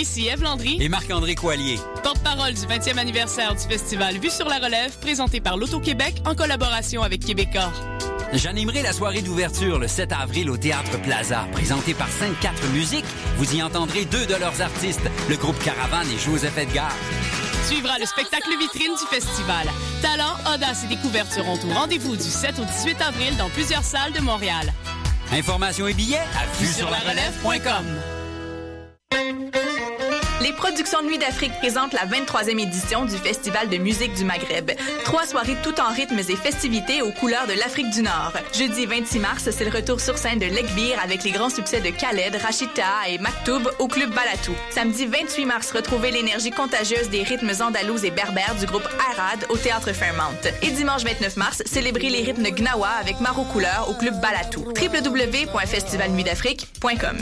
Ici Ève Landry et Marc-André Coallier. Porte-parole du 20e anniversaire du festival Vue sur la Relève, présenté par l'Auto-Québec en collaboration avec Québecor. J'animerai la soirée d'ouverture le 7 avril au Théâtre Plaza, présentée par 5-4 Musiques. Vous y entendrez 2 de leurs artistes, le groupe Caravane et Joseph Edgar. Suivra le spectacle vitrine du festival. Talent, audace et découverte seront au rendez-vous du 7 au 18 avril dans plusieurs salles de Montréal. Informations et billets à vuesurlarelève.com. Les Productions Nuit d'Afrique présentent la 23e édition du Festival de musique du Maghreb. 3 soirées tout en rythmes et festivités aux couleurs de l'Afrique du Nord. Jeudi 26 mars, c'est le retour sur scène de Lekbir avec les grands succès de Khaled, Rachida et Maktoub au Club Balatou. Samedi 28 mars, retrouvez l'énergie contagieuse des rythmes andalous et berbères du groupe Arad au Théâtre Fairmount. Et dimanche 29 mars, célébrez les rythmes Gnawa avec Maro Couleur au Club Balatou. www.festivalnuitdafrique.com.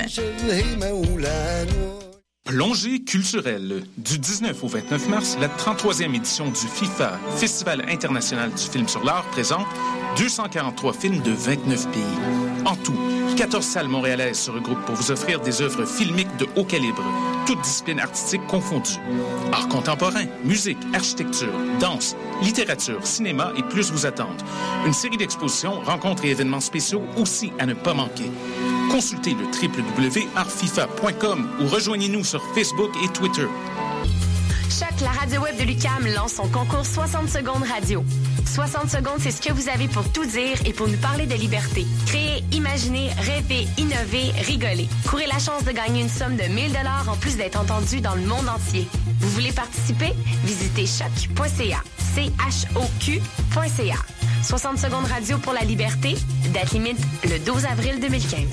Plongée culturelle. Du 19 au 29 mars, la 33e édition du FIFA, Festival international du film sur l'art, présente 243 films de 29 pays. En tout, 14 salles montréalaises se regroupent pour vous offrir des œuvres filmiques de haut calibre, toutes disciplines artistiques confondues. Art contemporain, musique, architecture, danse, littérature, cinéma et plus vous attendent. Une série d'expositions, rencontres et événements spéciaux aussi à ne pas manquer. Consultez le www.artfifa.com ou rejoignez-nous sur Facebook et Twitter. Choc, la radio web de l'UQAM lance son concours 60 secondes radio. 60 secondes, c'est ce que vous avez pour tout dire et pour nous parler de liberté. Créer, imaginer, rêver, innover, rigoler. Courez la chance de gagner une somme de 1 000 $ en plus d'être entendu dans le monde entier. Vous voulez participer? Visitez choc.ca. CHOQ.ca. 60 secondes radio pour la liberté. Date limite le 12 avril 2015.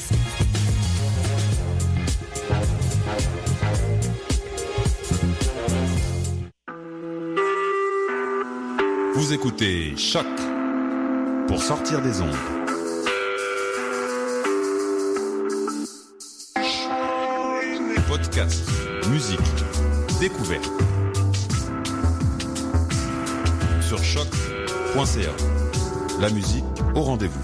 Vous écoutez Choc pour sortir des ondes. Podcast, musique, découverte. Sur choc.ca. La musique au rendez-vous.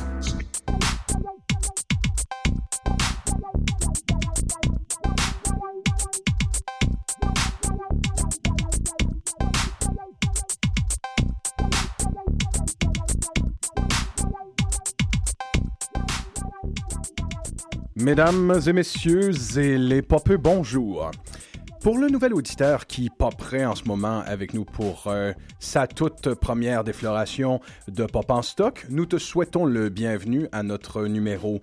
Mesdames et messieurs et les popeux, bonjour. Pour le nouvel auditeur qui popperait en ce moment avec nous pour sa toute première défloration de Pop en stock, nous te souhaitons le bienvenu à notre numéro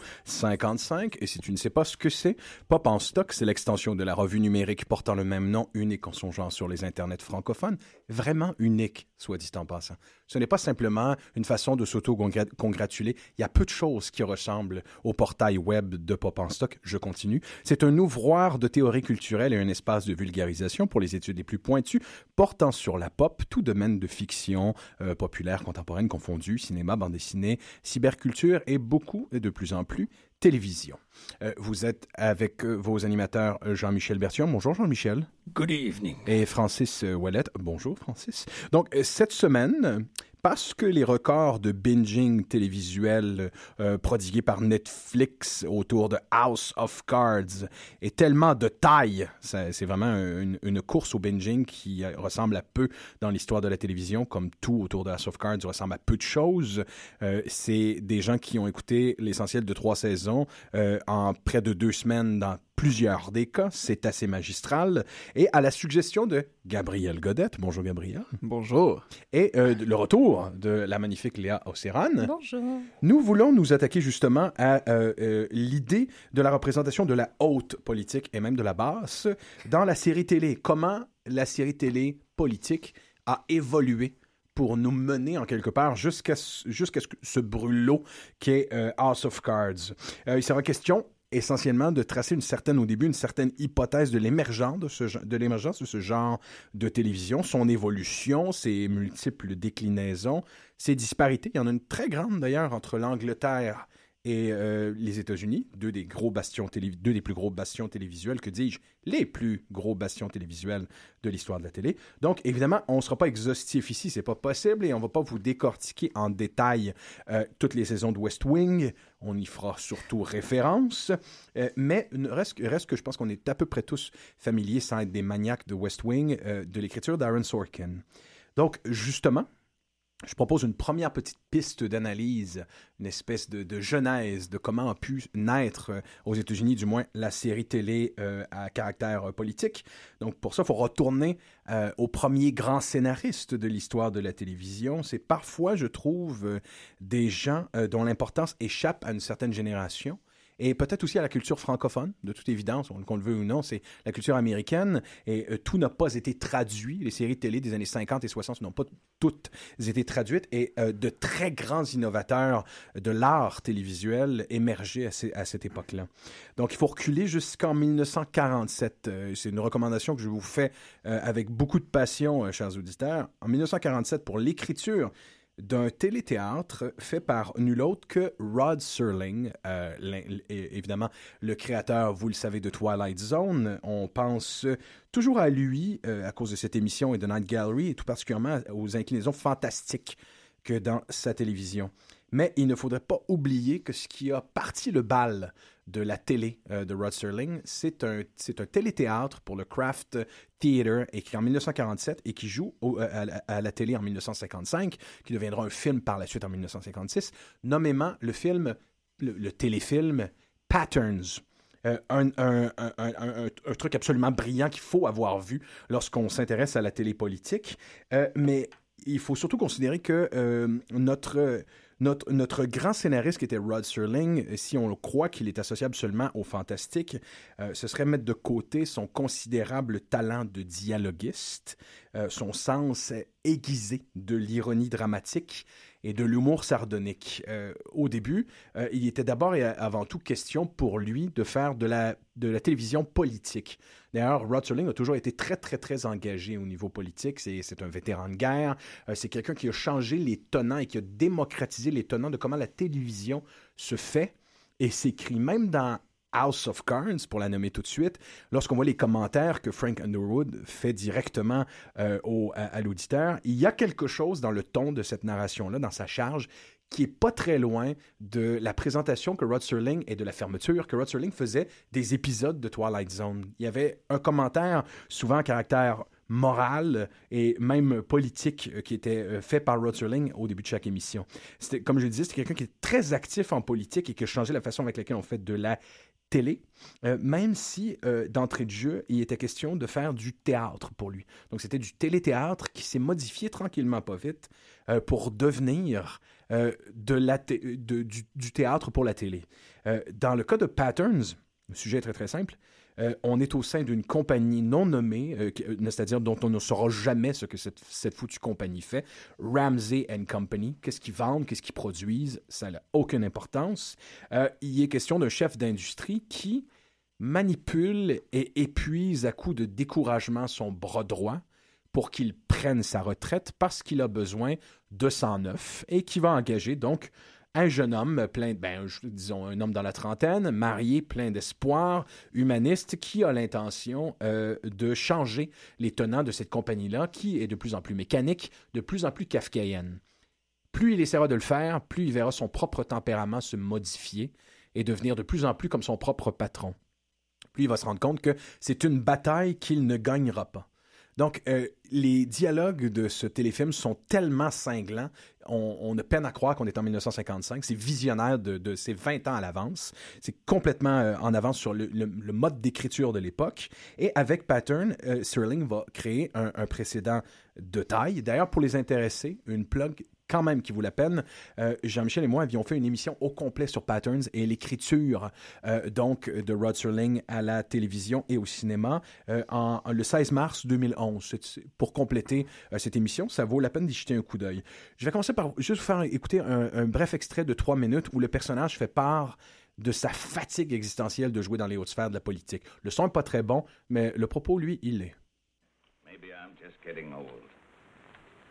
55. Et si tu ne sais pas ce que c'est, Pop en stock, c'est l'extension de la revue numérique portant le même nom, unique en son genre sur les internets francophones. Vraiment unique, soit dit en passant. Ce n'est pas simplement une façon de s'auto-congratuler. Il y a peu de choses qui ressemblent au portail web de Pop en stock. Je continue. C'est un ouvroir de théorie culturelle et un espace de vulgarisation pour les études les plus pointues, portant sur la pop, tout domaine de fiction populaire, contemporaine, confondue, cinéma, bande dessinée, cyberculture et beaucoup, et de plus en plus, télévision. Vous êtes avec vos animateurs Jean-Michel Bertillon. Bonjour Jean-Michel. Good evening. Et Francis Ouellette. Bonjour Francis. Donc, cette semaine, parce que les records de binging télévisuel prodigués par Netflix autour de House of Cards est tellement de taille, c'est vraiment une course au binging qui ressemble à peu dans l'histoire de la télévision, comme tout autour de House of Cards ressemble à peu de choses. C'est des gens qui ont écouté l'essentiel de 3 saisons en près de 2 semaines dans plusieurs des cas. C'est assez magistral. Et à la suggestion de Gabrielle Godette. Bonjour Gabrielle. Bonjour. Et le retour de la magnifique Léa Océran. Bonjour. Nous voulons nous attaquer justement à l'idée de la représentation de la haute politique et même de la basse dans la série télé. Comment la série télé politique a évolué pour nous mener en quelque part jusqu'à ce brûlot qu'est House of Cards. Il sera question essentiellement de tracer une certaine hypothèse de l'émergence de ce genre de télévision, son évolution, ses multiples déclinaisons, ses disparités. Il y en a une très grande d'ailleurs entre l'Angleterre et les États-Unis, deux des plus gros bastions télévisuels, que dis-je, les plus gros bastions télévisuels de l'histoire de la télé. Donc, évidemment, on ne sera pas exhaustif ici, c'est pas possible, et on ne va pas vous décortiquer en détail toutes les saisons de West Wing. On y fera surtout référence, mais reste que je pense qu'on est à peu près tous familiers, sans être des maniaques de West Wing, de l'écriture d'Aaron Sorkin. Donc, justement, je propose une première petite piste d'analyse, une espèce de genèse de comment a pu naître aux États-Unis, du moins, la série télé à caractère politique. Donc, pour ça, il faut retourner au premier grand scénariste de l'histoire de la télévision. C'est parfois, je trouve, des gens dont l'importance échappe à une certaine génération. Et peut-être aussi à la culture francophone, de toute évidence, qu'on le veut ou non, c'est la culture américaine, et tout n'a pas été traduit. Les séries de télé des années 50 et 60 n'ont pas toutes été traduites, et de très grands innovateurs de l'art télévisuel émergeaient à cette époque-là. Donc, il faut reculer jusqu'en 1947. C'est une recommandation que je vous fais avec beaucoup de passion, chers auditeurs. En 1947, pour l'écriture d'un téléthéâtre fait par nul autre que Rod Serling, évidemment le créateur, vous le savez, de Twilight Zone. On pense toujours à lui à cause de cette émission et de Night Gallery, et tout particulièrement aux inclinaisons fantastiques que dans sa télévision. Mais il ne faudrait pas oublier que ce qui a parti le bal de la télé de Rod Serling, c'est un téléthéâtre pour le Kraft Theater, écrit en 1947 et qui joue à la télé en 1955, qui deviendra un film par la suite en 1956, nommément le téléfilm Patterns. Un truc absolument brillant qu'il faut avoir vu lorsqu'on s'intéresse à la télé politique. Mais il faut surtout considérer que notre grand scénariste qui était Rod Serling, si on croit qu'il est associable seulement au fantastique, ce serait mettre de côté son considérable talent de dialoguiste, son sens aiguisé de l'ironie dramatique et de l'humour sardonique. Au début, il était d'abord et avant tout question pour lui de faire de la télévision politique. D'ailleurs, Rod Serling a toujours été très, très, très engagé au niveau politique. C'est un vétéran de guerre. C'est quelqu'un qui a changé les tenants et qui a démocratisé les tenants de comment la télévision se fait et s'écrit. Même dans House of Cards, pour la nommer tout de suite, lorsqu'on voit les commentaires que Frank Underwood fait directement à l'auditeur, il y a quelque chose dans le ton de cette narration-là, dans sa charge, qui est pas très loin de la présentation que Rod Serling et de la fermeture que Rod Serling faisait des épisodes de Twilight Zone. Il y avait un commentaire, souvent à caractère moral et même politique, qui était fait par Rod Serling au début de chaque émission. Comme je le disais, c'est quelqu'un qui est très actif en politique et qui a changé la façon avec laquelle on fait de la télé, même si d'entrée de jeu, il était question de faire du théâtre pour lui. Donc c'était du téléthéâtre qui s'est modifié tranquillement, pas vite, pour devenir du théâtre pour la télé. Dans le cas de Patterns, le sujet est très très simple, on est au sein d'une compagnie non nommée, c'est-à-dire dont on ne saura jamais ce que cette foutue compagnie fait. Ramsey & Company. Qu'est-ce qu'ils vendent, qu'est-ce qu'ils produisent, ça n'a aucune importance. Il est question d'un chef d'industrie qui manipule et épuise à coups de découragement son bras droit pour qu'il prenne sa retraite parce qu'il a besoin de 109 et qui va engager donc un jeune homme disons un homme dans la trentaine, marié, plein d'espoir, humaniste, qui a l'intention de changer les tenants de cette compagnie-là, qui est de plus en plus mécanique, de plus en plus kafkaïenne. Plus il essaiera de le faire, plus il verra son propre tempérament se modifier et devenir de plus en plus comme son propre patron. Plus il va se rendre compte que c'est une bataille qu'il ne gagnera pas. Donc, les dialogues de ce téléfilm sont tellement cinglants, on a peine à croire qu'on est en 1955. C'est visionnaire c'est 20 ans à l'avance. C'est complètement en avance sur le mode d'écriture de l'époque. Et avec Pattern, Serling va créer un précédent de taille. D'ailleurs, pour les intéressés, une plug quand même qui vaut la peine. Jean-Michel et moi avions fait une émission au complet sur Patterns et l'écriture donc de Rod Serling à la télévision et au cinéma le 16 mars 2011. Pour compléter cette émission, ça vaut la peine d'y jeter un coup d'œil. Je vais commencer par juste vous faire écouter un bref extrait de 3 minutes où le personnage fait part de sa fatigue existentielle de jouer dans les hautes sphères de la politique. Le son n'est pas très bon, mais le propos, lui, il l'est. Maybe I'm just getting old.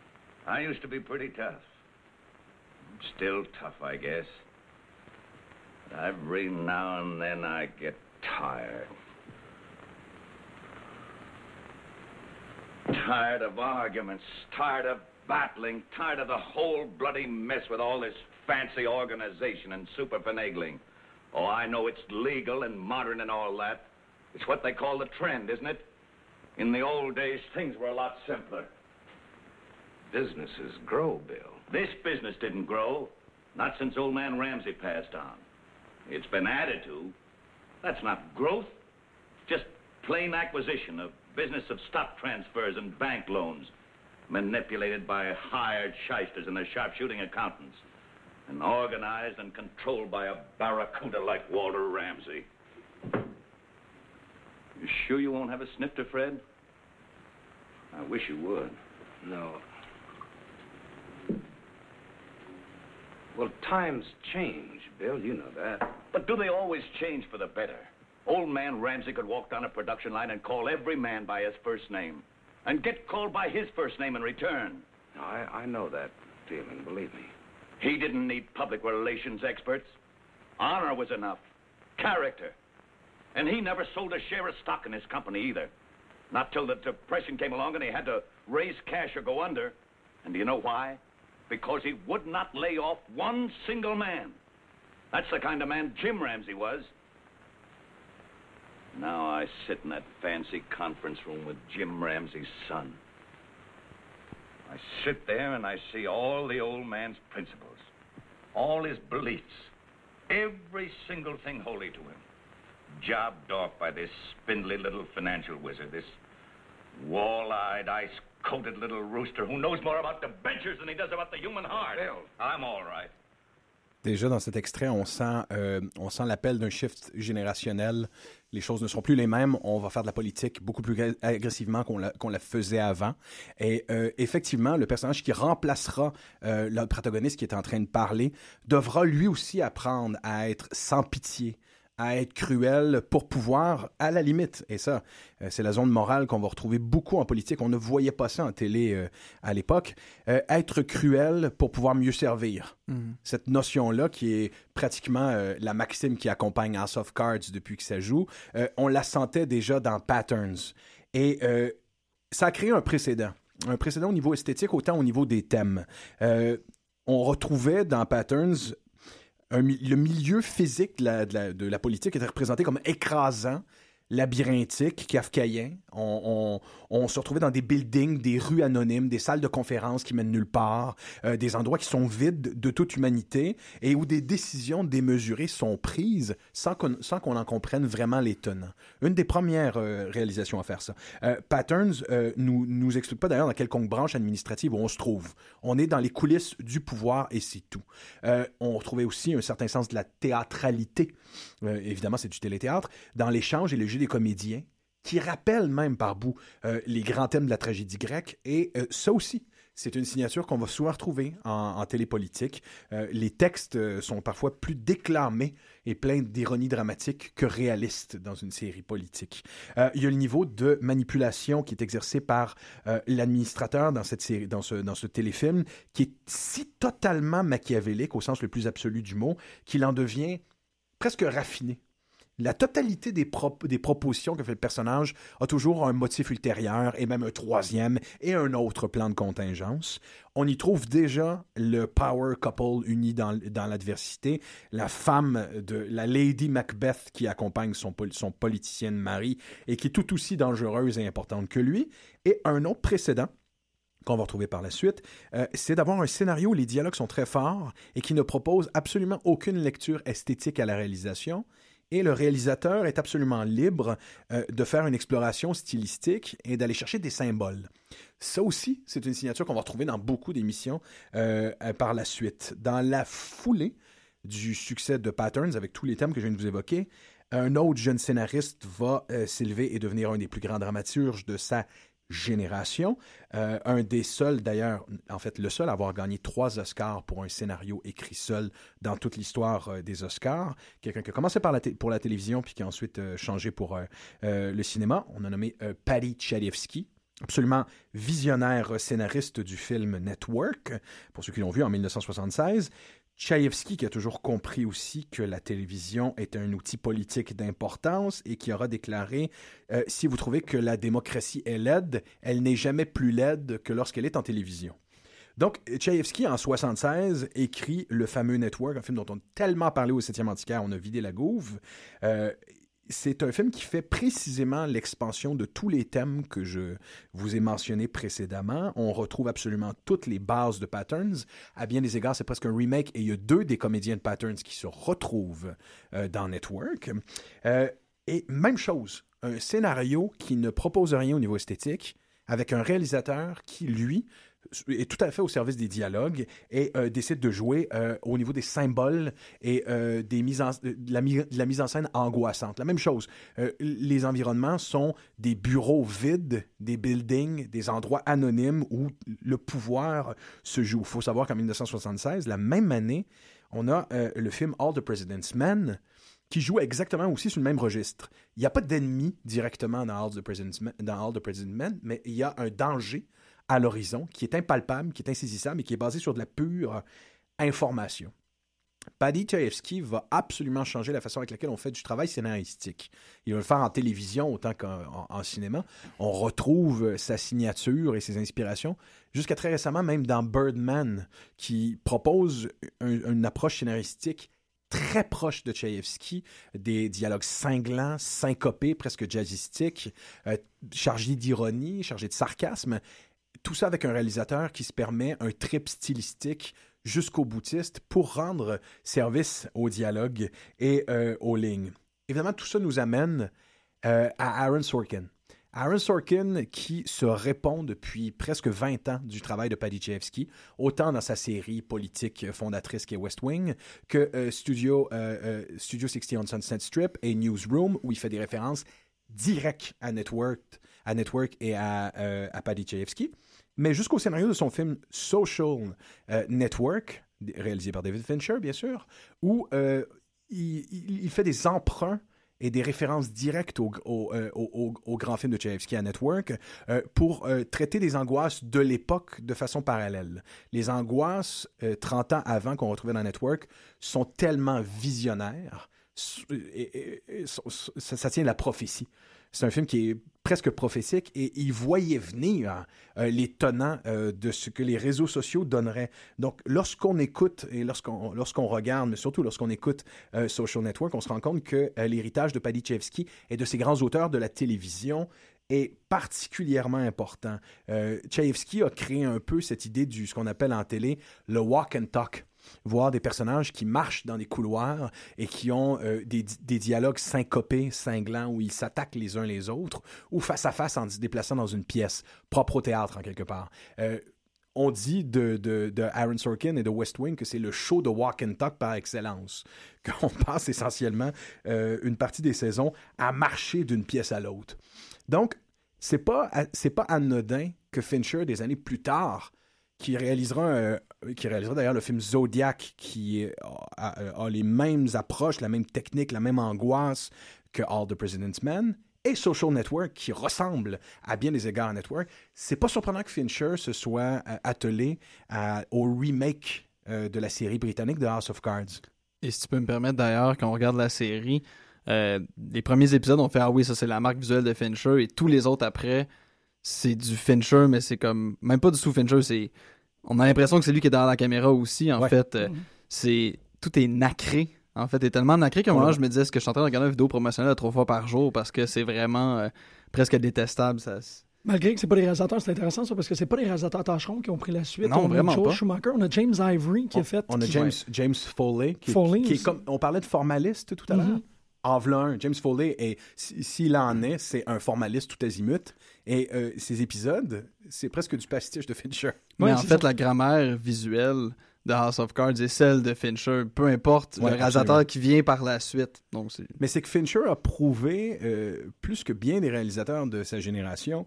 I used to be pretty tough. Still tough, I guess. Every now and then I get tired. Tired of arguments, tired of battling, tired of the whole bloody mess with all this fancy organization and super finagling. Oh, I know it's legal and modern and all that. It's what they call the trend, isn't it? In the old days, things were a lot simpler. Businesses grow, Bill. This business didn't grow, not since old man Ramsey passed on. It's been added to. That's not growth, just plain acquisition of business of stock transfers and bank loans, manipulated by hired shysters and their sharpshooting accountants, and organized and controlled by a barracuda like Walter Ramsey. You sure you won't have a snifter, Fred? I wish you would. No. Well, times change, Bill. You know that. But do they always change for the better? Old man Ramsey could walk down a production line and call every man by his first name, and get called by his first name in return. No, I know that feeling, believe me. He didn't need public relations experts. Honor was enough. Character. And he never sold a share of stock in his company either. Not till the Depression came along and he had to raise cash or go under. And do you know why? Because he would not lay off one single man. That's the kind of man Jim Ramsey was. Now I sit in that fancy conference room with Jim Ramsey's son. I sit there and I see all the old man's principles, all his beliefs, every single thing holy to him, jobbed off by this spindly little financial wizard, this wall-eyed, ice-coated little rooster who knows more about debentures than he does about the human heart. Bill. I'm all right. Déjà, dans cet extrait, on sent l'appel d'un shift générationnel. Les choses ne seront plus les mêmes. On va faire de la politique beaucoup plus agressivement qu'on la faisait avant. Et effectivement, le personnage qui remplacera le protagoniste qui est en train de parler devra lui aussi apprendre à être sans pitié, à être cruel pour pouvoir, à la limite, et ça, c'est la zone morale qu'on va retrouver beaucoup en politique, on ne voyait pas ça en télé à l'époque, être cruel pour pouvoir mieux servir. Mm-hmm. Cette notion-là qui est pratiquement la maxime qui accompagne House of Cards depuis que ça joue, on la sentait déjà dans Patterns. Et ça a créé un précédent au niveau esthétique, autant au niveau des thèmes. On retrouvait dans Patterns le milieu physique de la politique était représenté comme écrasant, labyrinthique, kafkaïen. On se retrouvait dans des buildings, des rues anonymes, des salles de conférences qui mènent nulle part, des endroits qui sont vides de toute humanité et où des décisions démesurées sont prises sans qu'on en comprenne vraiment les tenants. Une des premières réalisations à faire ça. Patterns nous explique pas d'ailleurs dans quelconque branche administrative où on se trouve. On est dans les coulisses du pouvoir et c'est tout. On retrouvait aussi un certain sens de la théâtralité. Évidemment, c'est du téléthéâtre. Dans l'échange et le jeu des comédiens, qui rappelle même par bout les grands thèmes de la tragédie grecque. Et ça aussi, c'est une signature qu'on va souvent retrouver en télépolitique. Les textes sont parfois plus déclamés et pleins d'ironie dramatique que réalistes dans une série politique. Il y a le niveau de manipulation qui est exercé par l'administrateur dans cette série, dans ce téléfilm, qui est si totalement machiavélique au sens le plus absolu du mot, qu'il en devient presque raffiné. La totalité des propositions que fait le personnage a toujours un motif ultérieur et même un troisième et un autre plan de contingence. On y trouve déjà le power couple uni dans l'adversité, la femme de la Lady Macbeth qui accompagne son politicien de mari et qui est tout aussi dangereuse et importante que lui. Et un autre précédent qu'on va retrouver par la suite, c'est d'avoir un scénario où les dialogues sont très forts et qui ne propose absolument aucune lecture esthétique à la réalisation. Et le réalisateur est absolument libre de faire une exploration stylistique et d'aller chercher des symboles. Ça aussi, c'est une signature qu'on va retrouver dans beaucoup d'émissions par la suite. Dans la foulée du succès de Patterns, avec tous les thèmes que je viens de vous évoquer, un autre jeune scénariste va s'élever et devenir un des plus grands dramaturges de sa génération. Un des seuls, d'ailleurs, en fait, le seul à avoir gagné 3 Oscars pour un scénario écrit seul dans toute l'histoire des Oscars. Quelqu'un qui a commencé pour la télévision puis qui a ensuite changé pour le cinéma. On a nommé Paddy Chayefsky, absolument visionnaire scénariste du film Network, pour ceux qui l'ont vu en 1976. Tchaïevski qui a toujours compris aussi que la télévision est un outil politique d'importance et qui aura déclaré si vous trouvez que la démocratie est laide, elle n'est jamais plus laide que lorsqu'elle est en télévision. Donc, Tchaïevski, en 1976, écrit le fameux Network, un film dont on a tellement parlé au 7e antiquaire, on a vidé la gouve. C'est un film qui fait précisément l'expansion de tous les thèmes que je vous ai mentionnés précédemment. On retrouve absolument toutes les bases de Patterns. À bien des égards, c'est presque un remake et il y a 2 des comédiens de Patterns qui se retrouvent dans Network. Et même chose, un scénario qui ne propose rien au niveau esthétique, avec un réalisateur qui, lui, est tout à fait au service des dialogues et décide de jouer au niveau des symboles et de la mise en scène angoissante. La même chose, les environnements sont des bureaux vides, des buildings, des endroits anonymes où le pouvoir se joue. Il faut savoir qu'en 1976, la même année, on a le film All the President's Men, qui joue exactement aussi sur le même registre. Il n'y a pas d'ennemi directement dans All the President's Men, mais il y a un danger à l'horizon qui est impalpable, qui est insaisissable et qui est basé sur de la pure information. Paddy Chayefsky va absolument changer la façon avec laquelle on fait du travail scénaristique. Il va le faire en télévision autant qu'en cinéma. On retrouve sa signature et ses inspirations, jusqu'à très récemment même dans Birdman, qui propose une approche scénaristique très proche de Tchaïevski, des dialogues cinglants, syncopés, presque jazzistiques, chargés d'ironie, chargés de sarcasme. Tout ça avec un réalisateur qui se permet un trip stylistique jusqu'au boutiste pour rendre service au dialogue et aux lignes. Évidemment, tout ça nous amène à Aaron Sorkin. Aaron Sorkin qui se répond depuis presque 20 ans du travail de Paddy Chayefsky, autant dans sa série politique fondatrice qui est West Wing, que Studio 60 on Sunset Strip et Newsroom, où il fait des références directes à Network et à Paddy Chayefsky, mais jusqu'au scénario de son film Social Network, réalisé par David Fincher, bien sûr, où il fait des emprunts et des références directes au grand film de Tchaïevski à Network pour traiter des angoisses de l'époque de façon parallèle. Les angoisses 30 ans avant qu'on retrouvait dans Network sont tellement visionnaires, ça tient de la prophétie. C'est un film qui est presque prophétique et il voyait venir les tenants de ce que les réseaux sociaux donneraient. Donc, lorsqu'on écoute et lorsqu'on regarde, mais surtout lorsqu'on écoute Social Network, on se rend compte que l'héritage de Paddy Chayefsky et de ces grands auteurs de la télévision est particulièrement important. Chayefsky a créé un peu cette idée du ce qu'on appelle en télé le walk and talk. Voir des personnages qui marchent dans des couloirs et qui ont des dialogues syncopés, cinglants, où ils s'attaquent les uns les autres, ou face à face en se déplaçant dans une pièce, propre au théâtre en quelque part. On dit de Aaron Sorkin et de West Wing que c'est le show de walk and talk par excellence, qu'on passe essentiellement une partie des saisons à marcher d'une pièce à l'autre. Donc, c'est pas anodin que Fincher, des années plus tard, qui réalisera d'ailleurs le film Zodiac, qui a les mêmes approches, la même technique, la même angoisse que All the President's Men, et Social Network, qui ressemble à bien des égards à Network. C'est pas surprenant que Fincher se soit attelé au remake de la série britannique de House of Cards. Et si tu peux me permettre d'ailleurs, quand on regarde la série, les premiers épisodes, on fait « Ah oui, ça c'est la marque visuelle de Fincher », et tous les autres après, c'est du Fincher, mais c'est comme... Même pas du tout Fincher, on a l'impression que c'est lui qui est derrière la caméra aussi, en fait. Tout est nacré. En fait, c'est tellement nacré qu'à un moment, je me disais, est-ce que je suis en train de regarder une vidéo promotionnelle 3 fois par jour parce que c'est vraiment presque détestable. Malgré que c'est pas des réalisateurs, c'est intéressant ça, parce que c'est pas des réalisateurs tâcherons qui ont pris la suite. Non, vraiment pas. Schumacher, on a James Ivory qui a fait... On a James Foley, qui est comme... On parlait de formaliste tout à l'heure. En v'là un, James Foley, s'il en est, c'est un formaliste tout azimut. Et ces épisodes, c'est presque du pastiche de Fincher. Mais en fait, la grammaire visuelle de House of Cards est celle de Fincher, peu importe le réalisateur qui vient par la suite. Mais c'est que Fincher a prouvé, plus que bien des réalisateurs de sa génération,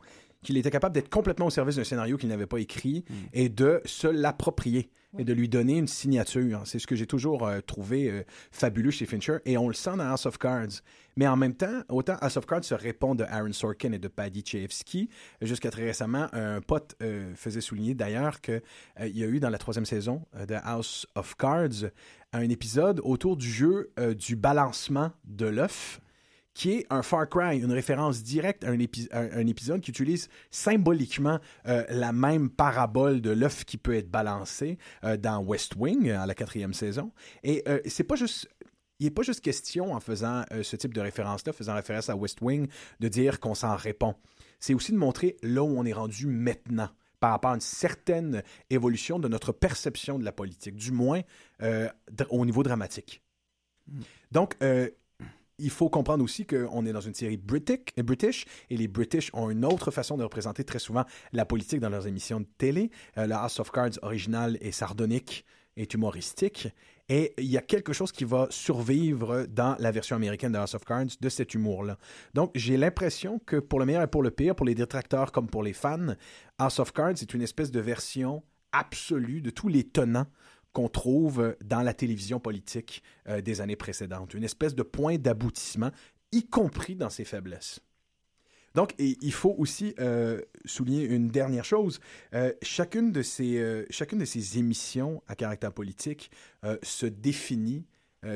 qu'il était capable d'être complètement au service d'un scénario qu'il n'avait pas écrit et de se l'approprier et de lui donner une signature. C'est ce que j'ai toujours trouvé fabuleux chez Fincher et on le sent dans House of Cards. Mais en même temps, autant House of Cards se répond de Aaron Sorkin et de Paddy Chayefsky, jusqu'à très récemment, un pote faisait souligner d'ailleurs qu'il y a eu dans la 3e saison de House of Cards un épisode autour du jeu du balancement de l'œuf, qui est un Far Cry, une référence directe à un épisode qui utilise symboliquement la même parabole de l'œuf qui peut être balancé dans West Wing, à la 4e saison. Et c'est pas juste... Il n'est pas juste question, en faisant ce type de référence-là, faisant référence à West Wing, de dire qu'on s'en répond. C'est aussi de montrer là où on est rendu maintenant, par rapport à une certaine évolution de notre perception de la politique, du moins au niveau dramatique. Donc, il faut comprendre aussi qu'on est dans une série British, et les British ont une autre façon de représenter très souvent la politique dans leurs émissions de télé. Le House of Cards original est sardonique, est humoristique, et il y a quelque chose qui va survivre dans la version américaine de House of Cards de cet humour-là. Donc, j'ai l'impression que pour le meilleur et pour le pire, pour les détracteurs comme pour les fans, House of Cards est une espèce de version absolue de tous les tenants qu'on trouve dans la télévision politique des années précédentes. Une espèce de point d'aboutissement, y compris dans ses faiblesses. Donc, il faut aussi souligner une dernière chose. Chacune de ces émissions à caractère politique se définissent,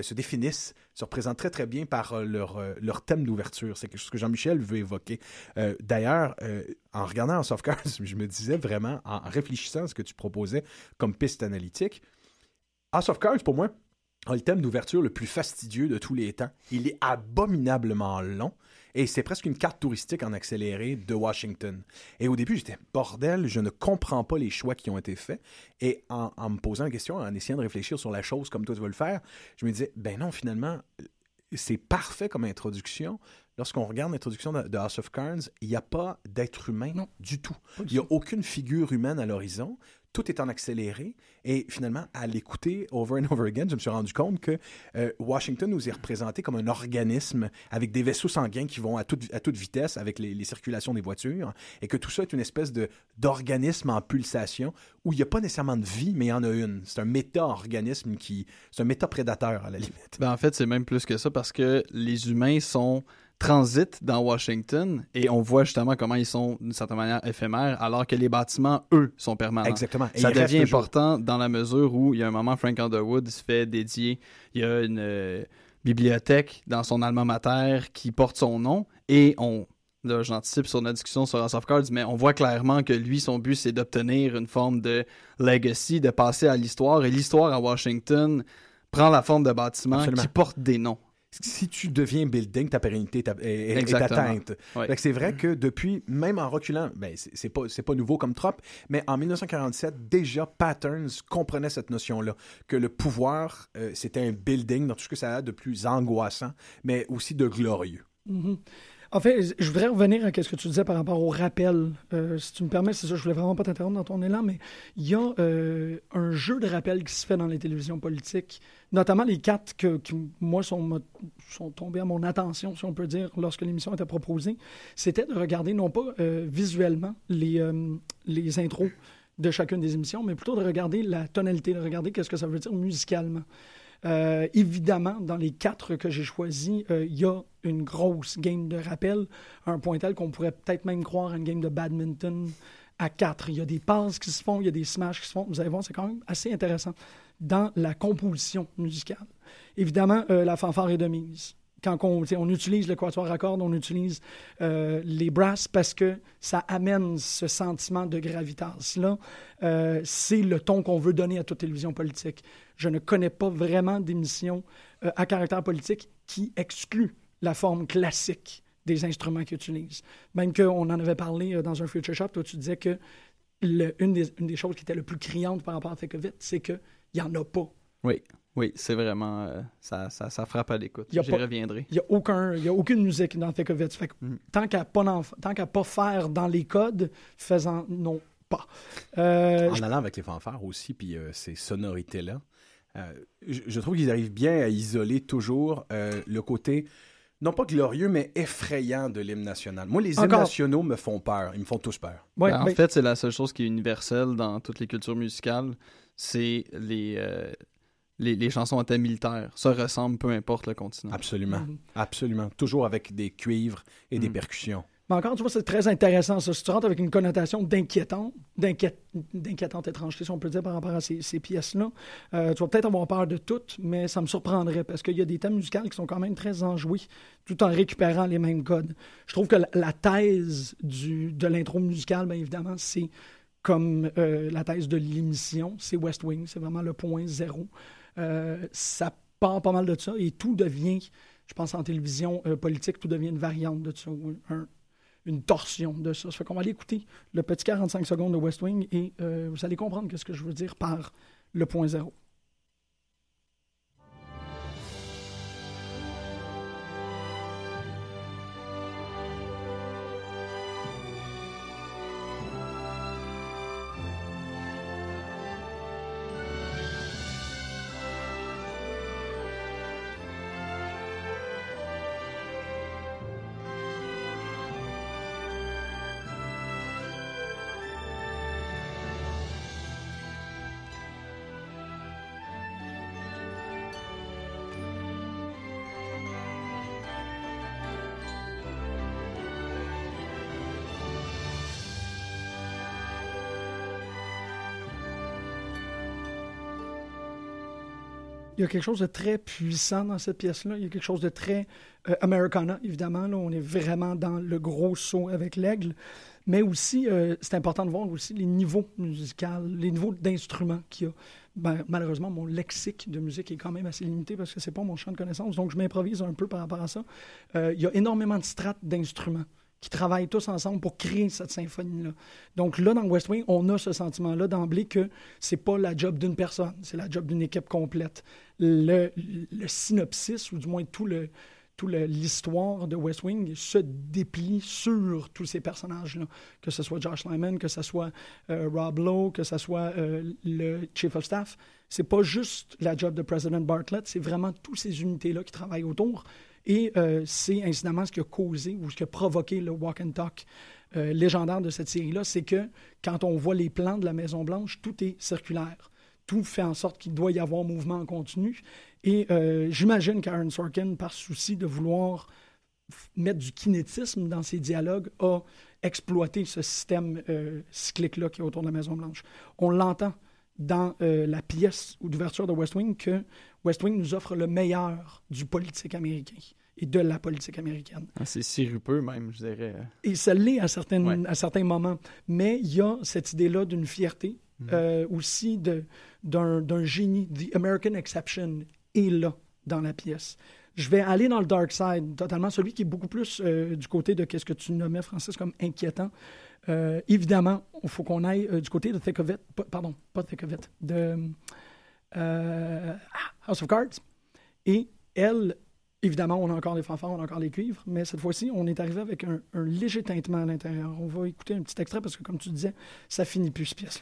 se représentent très, très bien par leur thème d'ouverture. C'est quelque chose que Jean-Michel veut évoquer. D'ailleurs, en regardant House of Cards, je me disais vraiment, en réfléchissant à ce que tu proposais comme piste analytique, House of Cards, pour moi, a le thème d'ouverture le plus fastidieux de tous les temps. Il est abominablement long. Et c'est presque une carte touristique en accéléré de Washington. Et au début, j'étais « bordel, je ne comprends pas les choix qui ont été faits. » Et en me posant la question, en essayant de réfléchir sur la chose comme toi tu veux le faire, je me disais « ben non, finalement, c'est parfait comme introduction. » Lorsqu'on regarde l'introduction de House of Cards, il n'y a pas d'être humain du tout. Il n'y a aucune figure humaine à l'horizon. Tout est en accéléré. Et finalement, à l'écouter over and over again, je me suis rendu compte que Washington nous est représenté comme un organisme avec des vaisseaux sanguins qui vont à toute vitesse avec les circulations des voitures et que tout ça est une espèce d'organisme en pulsation où il n'y a pas nécessairement de vie, mais il y en a une. C'est un méta-organisme c'est un méta-prédateur à la limite. Ben, en fait, c'est même plus que ça parce que les humains transitent dans Washington et on voit justement comment ils sont d'une certaine manière éphémères alors que les bâtiments, eux, sont permanents. Exactement. Et ça devient important dans la mesure où il y a un moment, Frank Underwood se fait dédier, il y a une bibliothèque dans son alma mater qui porte son nom et là, j'anticipe sur notre discussion sur House of Cards, mais on voit clairement que lui, son but, c'est d'obtenir une forme de legacy, de passer à l'histoire et l'histoire à Washington prend la forme de bâtiments qui portent des noms. Si tu deviens building, ta pérennité est atteinte. Oui. C'est vrai que depuis, même en reculant, ben c'est pas nouveau comme trope, mais en 1947, déjà Patterns comprenait cette notion-là, que le pouvoir, c'était un building dans tout ce que ça a de plus angoissant, mais aussi de glorieux. Mm-hmm. En fait, je voudrais revenir à ce que tu disais par rapport au rappel. Si tu me permets, c'est ça, je voulais vraiment pas t'interrompre dans ton élan, mais il y a un jeu de rappel qui se fait dans les télévisions politiques, notamment les 4 qui moi, sont tombés à mon attention, si on peut dire, lorsque l'émission était proposée. C'était de regarder, non pas visuellement, les intros de chacune des émissions, mais plutôt de regarder la tonalité, de regarder qu'est-ce que ça veut dire musicalement. Évidemment, dans les 4 que j'ai choisis, il y a une grosse game de rappel, à un point tel qu'on pourrait peut-être même croire à une game de badminton à 4. Il y a des passes qui se font, il y a des smash qui se font. Vous allez voir, c'est quand même assez intéressant dans la composition musicale. Évidemment, la fanfare est de mise. Quand on utilise le quatuor à cordes, on utilise les brasses parce que ça amène ce sentiment de gravitas-là. C'est le ton qu'on veut donner à toute télévision politique. Je ne connais pas vraiment d'émission à caractère politique qui exclut la forme classique des instruments qu'ils utilisent. Même qu'on en avait parlé dans un Future Shop, toi tu disais que une des choses qui était le plus criante par rapport à Thick of It, c'est qu'il n'y en a pas. Oui, c'est vraiment... ça frappe à l'écoute. J'y reviendrai. Il n'y a aucune musique dans Thick of It. Fait que tant qu'à pas faire dans les codes, faisant non pas. En allant avec les fanfares aussi, puis ces sonorités-là, je trouve qu'ils arrivent bien à isoler toujours le côté non pas glorieux, mais effrayant de l'hymne national. Moi, les hymnes nationaux me font peur. Ils me font tous peur. Ouais, en fait, c'est la seule chose qui est universelle dans toutes les cultures musicales. C'est les chansons à thème militaire. Ça ressemble peu importe le continent. Absolument. Absolument. Toujours avec des cuivres et des percussions. Mais encore, tu vois, c'est très intéressant, ça. Si tu rentres avec une connotation d'inquiétante étrangeté, si on peut dire, par rapport à ces pièces-là, tu vas peut-être avoir peur de toutes, mais ça me surprendrait, parce qu'il y a des thèmes musicaux qui sont quand même très enjoués, tout en récupérant les mêmes codes. Je trouve que la thèse de l'intro musicale, bien évidemment, c'est comme la thèse de l'émission, c'est West Wing, c'est vraiment le point zéro. Ça part pas mal de ça, et tout devient, je pense en télévision politique, tout devient une variante de ça, une torsion de ça. Ça fait qu'on va aller écouter le petit 45 secondes de West Wing et vous allez comprendre ce que je veux dire par le point zéro. Il y a quelque chose de très puissant dans cette pièce-là. Il y a quelque chose de très Americana, évidemment. Là, on est vraiment dans le gros saut avec l'aigle. Mais aussi, c'est important de voir aussi les niveaux musicaux, les niveaux d'instruments qu'il y a. Ben, malheureusement, mon lexique de musique est quand même assez limité parce que c'est pas mon champ de connaissances. Donc, je m'improvise un peu par rapport à ça. Il y a énormément de strates d'instruments qui travaillent tous ensemble pour créer cette symphonie-là. Donc là, dans West Wing, on a ce sentiment-là d'emblée que c'est pas la job d'une personne, c'est la job d'une équipe complète. Le synopsis, ou du moins l'histoire de West Wing se déplie sur tous ces personnages-là, que ce soit Josh Lyman, que ce soit Rob Lowe, que ce soit le Chief of Staff. C'est pas juste la job de President Bartlett, c'est vraiment toutes ces unités-là qui travaillent autour. Et c'est incidemment ce qui a causé ou ce qui a provoqué le walk and talk légendaire de cette série-là, c'est que quand on voit les plans de la Maison-Blanche, tout est circulaire. Tout fait en sorte qu'il doit y avoir mouvement en continu. Et j'imagine qu'Aaron Sorkin, par souci de vouloir mettre du kinétisme dans ses dialogues, a exploité ce système cyclique-là qui est autour de la Maison-Blanche. On l'entend dans la pièce ou d'ouverture de West Wing que West Wing nous offre le meilleur du politique américain et de la politique américaine. C'est sirupeux même, je dirais. Et ça l'est à certains moments. Mais il y a cette idée-là d'une fierté, aussi d'un génie. The American Exception est là dans la pièce. Je vais aller dans le dark side, totalement, celui qui est beaucoup plus du côté de ce que tu nommais, Francis, comme inquiétant. Évidemment, il faut qu'on aille du côté de Thick of It, pas Thick of It, de House of Cards. Et elle, évidemment, on a encore les fanfares, on a encore les cuivres, mais cette fois-ci, on est arrivé avec un léger tintement à l'intérieur. On va écouter un petit extrait parce que, comme tu disais, ça finit plus, cette pièce-là.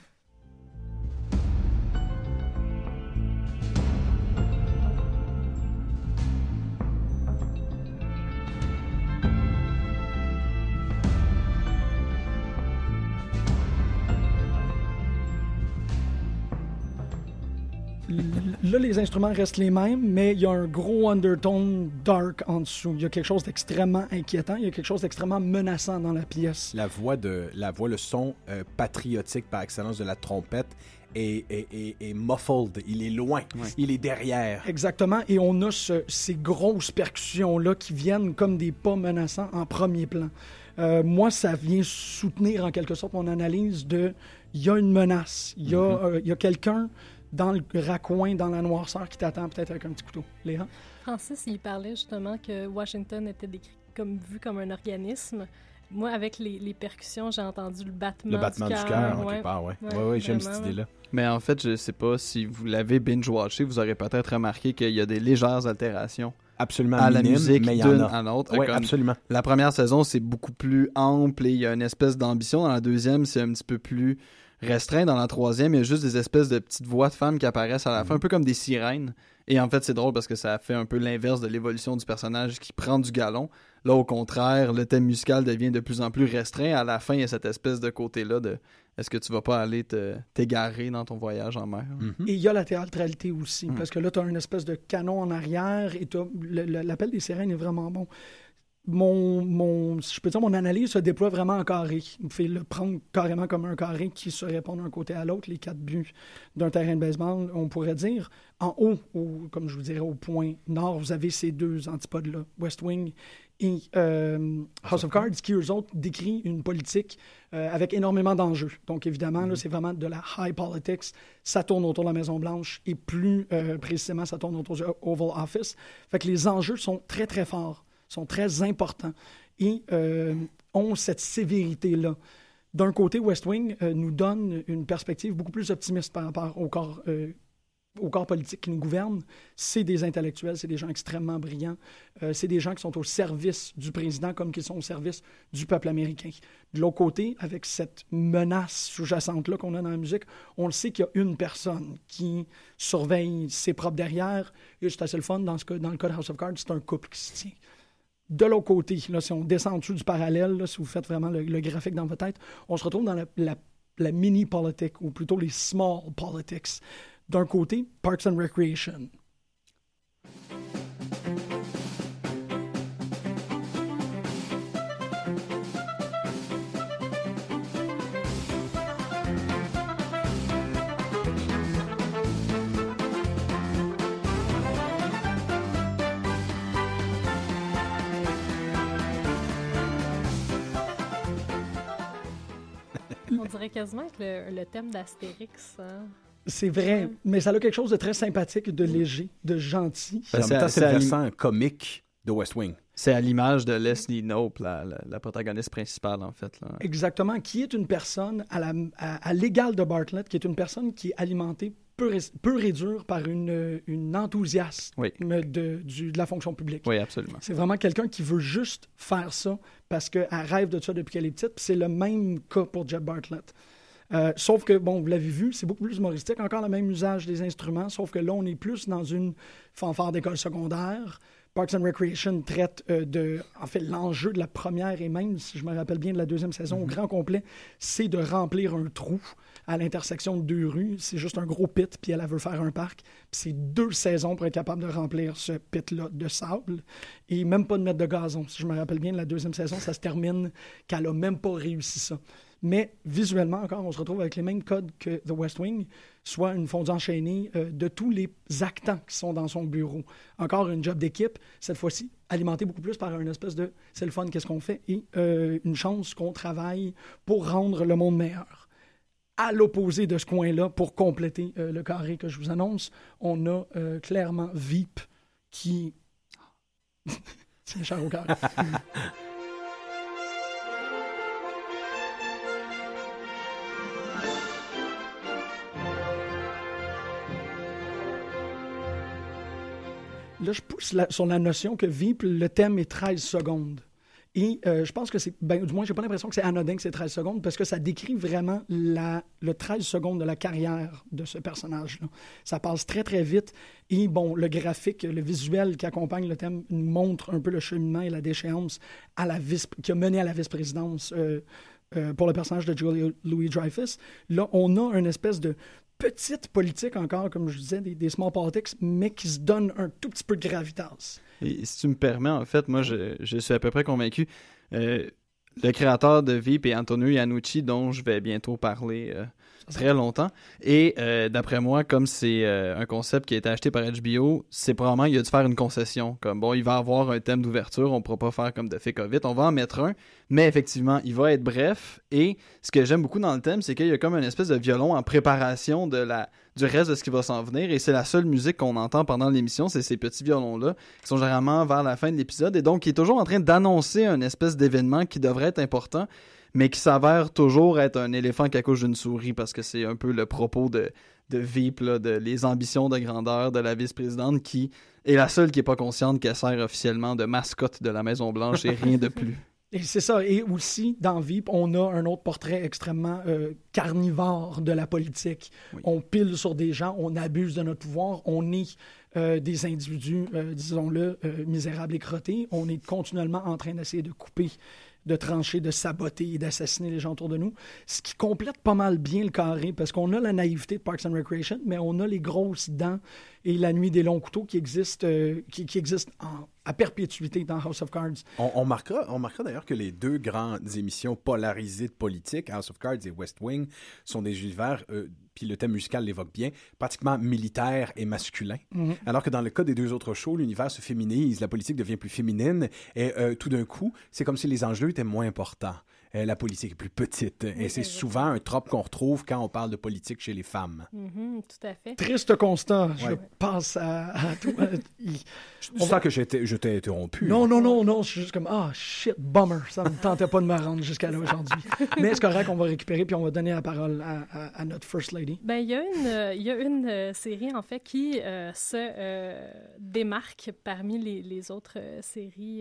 Là, les instruments restent les mêmes, mais il y a un gros undertone dark en dessous. Il y a quelque chose d'extrêmement inquiétant, il y a quelque chose d'extrêmement menaçant dans la pièce. La voix, le son patriotique par excellence de la trompette est muffled. Il est loin, il est derrière. Exactement, et on a ces grosses percussions-là qui viennent comme des pas menaçants en premier plan. Moi, ça vient soutenir en quelque sorte mon analyse de il y a une menace, il y a quelqu'un dans le raccoin, dans la noirceur qui t'attend peut-être avec un petit couteau. Léa? Francis, il parlait justement que Washington était vu comme un organisme. Moi, avec les percussions, j'ai entendu le battement du cœur. Oui, j'aime cette idée-là. Mais en fait, je sais pas si vous l'avez binge-watché, vous aurez peut-être remarqué qu'il y a des légères altérations. Absolument à la minime, musique mais d'une à l'autre. Oui, absolument. La première saison, c'est beaucoup plus ample et il y a une espèce d'ambition. Dans la deuxième, c'est un petit peu plus restreint. Dans la troisième, il y a juste des espèces de petites voix de femmes qui apparaissent à la fin, un peu comme des sirènes. Et en fait, c'est drôle parce que ça fait un peu l'inverse de l'évolution du personnage qui prend du galon. Là, au contraire, le thème musical devient de plus en plus restreint. À la fin, il y a cette espèce de côté-là de est-ce que tu vas pas aller t'égarer dans ton voyage en mer? Et il y a la théâtralité aussi, parce que là, tu as une espèce de canon en arrière et l'appel des sirènes est vraiment bon. Je peux dire, mon analyse se déploie vraiment en carré. Il faut le prendre carrément comme un carré qui se répond d'un côté à l'autre, les 4 buts d'un terrain de baseball, on pourrait dire. En haut, comme je vous dirais, au point nord, vous avez ces 2 antipodes-là, West Wing et House of Cards, qui, eux autres, décrit une politique avec énormément d'enjeux. Donc, évidemment, là, c'est vraiment de la high politics. Ça tourne autour de la Maison-Blanche et plus précisément, ça tourne autour du Oval Office. Fait que les enjeux sont très, très forts, sont très importants et ont cette sévérité-là. D'un côté, West Wing nous donne une perspective beaucoup plus optimiste par rapport au corps politique qui nous gouverne. C'est des intellectuels, c'est des gens extrêmement brillants, c'est des gens qui sont au service du président comme qu'ils sont au service du peuple américain. De l'autre côté, avec cette menace sous-jacente-là qu'on a dans la musique, on le sait qu'il y a une personne qui surveille ses propres derrières, et c'est assez le fun, dans le cas de House of Cards, c'est un couple qui se tient. De l'autre côté, là, si on descend en dessous du parallèle, là, si vous faites vraiment le graphique dans votre tête, on se retrouve dans la mini-politique, ou plutôt les small politics. D'un côté, Parks and Recreation. On dirait quasiment que le thème d'Astérix... C'est vrai, mais ça a quelque chose de très sympathique, de léger, de gentil. En même temps, c'est le versant comique de West Wing. C'est à l'image de Leslie Knope, la protagoniste principale, en fait. Là. Exactement, qui est une personne à l'égal de Bartlett, qui est une personne qui est alimentée pur et dur par une enthousiasme de la fonction publique. Oui, absolument. C'est vraiment quelqu'un qui veut juste faire ça parce qu'elle rêve de ça depuis qu'elle est petite. Puis c'est le même cas pour Jeb Bartlett. Sauf que, bon, vous l'avez vu, c'est beaucoup plus humoristique, encore le même usage des instruments, sauf que là, on est plus dans une fanfare d'école secondaire. Parks and Recreation traite l'enjeu de la première et même, si je me rappelle bien, de la deuxième saison au grand complet, c'est de remplir un trou à l'intersection de 2 rues. C'est juste un gros pit, puis elle veut faire un parc. Puis c'est 2 saisons pour être capable de remplir ce pit-là de sable. Et même pas de mettre de gazon. Si je me rappelle bien, de la deuxième saison, ça se termine qu'elle a même pas réussi ça. Mais visuellement, encore, on se retrouve avec les mêmes codes que The West Wing, soit une fondue enchaînée de tous les actants qui sont dans son bureau. Encore une job d'équipe, cette fois-ci, alimentée beaucoup plus par une espèce de « c'est le fun, qu'est-ce qu'on fait ?» et une chance qu'on travaille pour rendre le monde meilleur. À l'opposé de ce coin-là, pour compléter le carré que je vous annonce, on a clairement Veep qui... c'est cher au cœur. Là, je pousse sur la notion que Veep, le thème est 13 secondes. Et je pense que c'est... du moins, j'ai pas l'impression que c'est anodin que c'est 13 secondes parce que ça décrit vraiment le 13 secondes de la carrière de ce personnage-là. Ça passe très, très vite. Et bon, le graphique, le visuel qui accompagne le thème nous montre un peu le cheminement et la déchéance qui a mené à la vice-présidence pour le personnage de Julia Louis-Dreyfus. Là, on a une espèce de petite politique encore, comme je disais, des small politics, mais qui se donne un tout petit peu de gravitas. Et si tu me permets, en fait, moi, je suis à peu près convaincu. Le créateur de Veep est Antonio Iannucci, dont je vais bientôt parler très longtemps. Et d'après moi, comme c'est un concept qui a été acheté par HBO, c'est probablement il a dû faire une concession. Comme, bon, il va avoir un thème d'ouverture, on ne pourra pas faire comme de fait vite, on va en mettre un, mais effectivement, il va être bref. Et ce que j'aime beaucoup dans le thème, c'est qu'il y a comme une espèce de violon en préparation du reste de ce qui va s'en venir. Et c'est la seule musique qu'on entend pendant l'émission, c'est ces petits violons-là, qui sont généralement vers la fin de l'épisode. Et donc, il est toujours en train d'annoncer un espèce d'événement qui devrait être important, mais qui s'avère toujours être un éléphant qui accouche d'une souris, parce que c'est un peu le propos de Veep, là, de les ambitions de grandeur de la vice-présidente, qui est la seule qui n'est pas consciente qu'elle sert officiellement de mascotte de la Maison-Blanche et rien de plus. Et c'est ça. Et aussi, dans Veep, on a un autre portrait extrêmement carnivore de la politique. Oui. On pile sur des gens, on abuse de notre pouvoir, on est des individus, disons-le, misérables et crottés. On est continuellement en train d'essayer de couper, de trancher, de saboter et d'assassiner les gens autour de nous. Ce qui complète pas mal bien le carré, parce qu'on a la naïveté de Parks and Recreation, mais on a les grosses dents et la nuit des longs couteaux qui existent, à perpétuité dans House of Cards. On marquera d'ailleurs que les deux grandes émissions polarisées de politique, House of Cards et West Wing, sont des univers, puis le thème musical l'évoque bien, pratiquement militaire et masculin. Mm-hmm. Alors que dans le cas des deux autres shows, l'univers se féminise, la politique devient plus féminine, et tout d'un coup, c'est comme si les enjeux étaient moins importants. La politique est plus petite. Oui, et c'est souvent un trope qu'on retrouve quand on parle de politique chez les femmes. Mm-hmm, tout à fait. Triste constat. Je passe à tout. Je sens que je t'ai interrompu. Non. Je suis juste comme, shit, bummer. Ça ne me tentait pas de me rendre jusqu'à là aujourd'hui. Mais c'est correct, on va récupérer puis on va donner la parole à notre First Lady. Ben, il y a une série, en fait, qui se démarque parmi les autres séries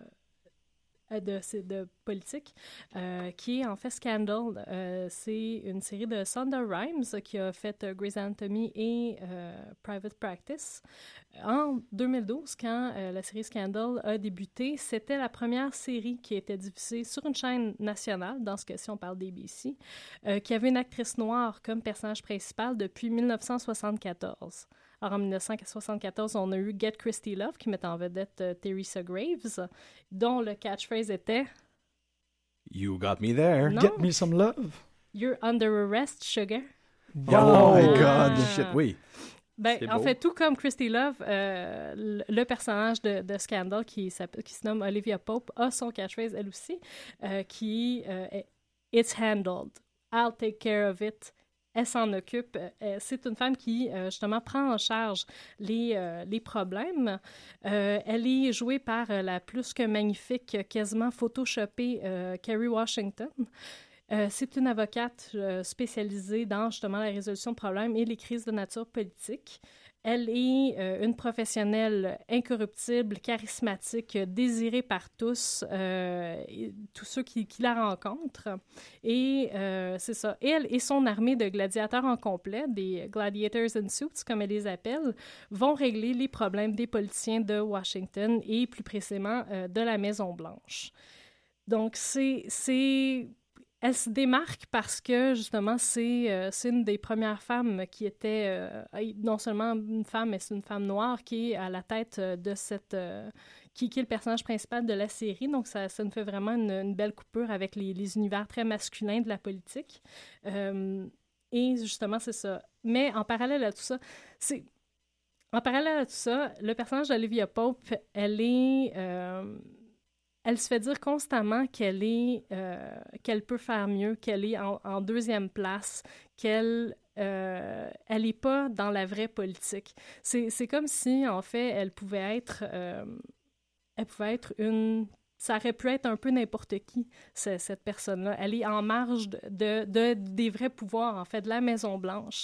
de politique, qui est en fait Scandal. C'est une série de Sonda Rhimes qui a fait Grey's Anatomy et Private Practice. En 2012, quand la série Scandal a débuté, c'était la première série qui a été diffusée sur une chaîne nationale, dans ce cas-ci on parle d'ABC, qui avait une actrice noire comme personnage principal depuis 1974. Alors, en 1974, on a eu Get Christy Love, qui mettait en vedette Teresa Graves, dont le catchphrase était « You got me there. Non. Get me some love. You're under arrest, sugar. » Oh my God! Shit, oui. Ben, en fait, tout comme Christy Love, le personnage de Scandal, qui se nomme Olivia Pope, a son catchphrase, elle aussi, qui est « It's handled. I'll take care of it. » Elle s'en occupe. C'est une femme qui, justement, prend en charge les problèmes. Elle est jouée par la plus que magnifique, quasiment photoshopée Kerry Washington. C'est une avocate spécialisée dans, justement, la résolution de problèmes et les crises de nature politique. Elle est une professionnelle incorruptible, charismatique, désirée par tous ceux qui la rencontrent. Et c'est ça. Elle et son armée de gladiateurs en complet, des Gladiators in Suits, comme elle les appelle, vont régler les problèmes des politiciens de Washington et plus précisément de la Maison-Blanche. Donc, elle se démarque parce que, justement, c'est une des premières femmes qui était, non seulement une femme, mais c'est une femme noire qui est à la tête de cette... qui est le personnage principal de la série. Donc, ça nous fait vraiment une belle coupure avec les univers très masculins de la politique. Et, justement, c'est ça. Mais en parallèle à tout ça, le personnage d'Olivia Pope, elle se fait dire constamment qu'elle peut faire mieux, qu'elle est en deuxième place, qu'elle n'est pas dans la vraie politique. C'est comme si, en fait, elle pouvait être une... Ça aurait pu être un peu n'importe qui, cette personne-là. Elle est en marge des vrais pouvoirs, en fait, de la Maison-Blanche.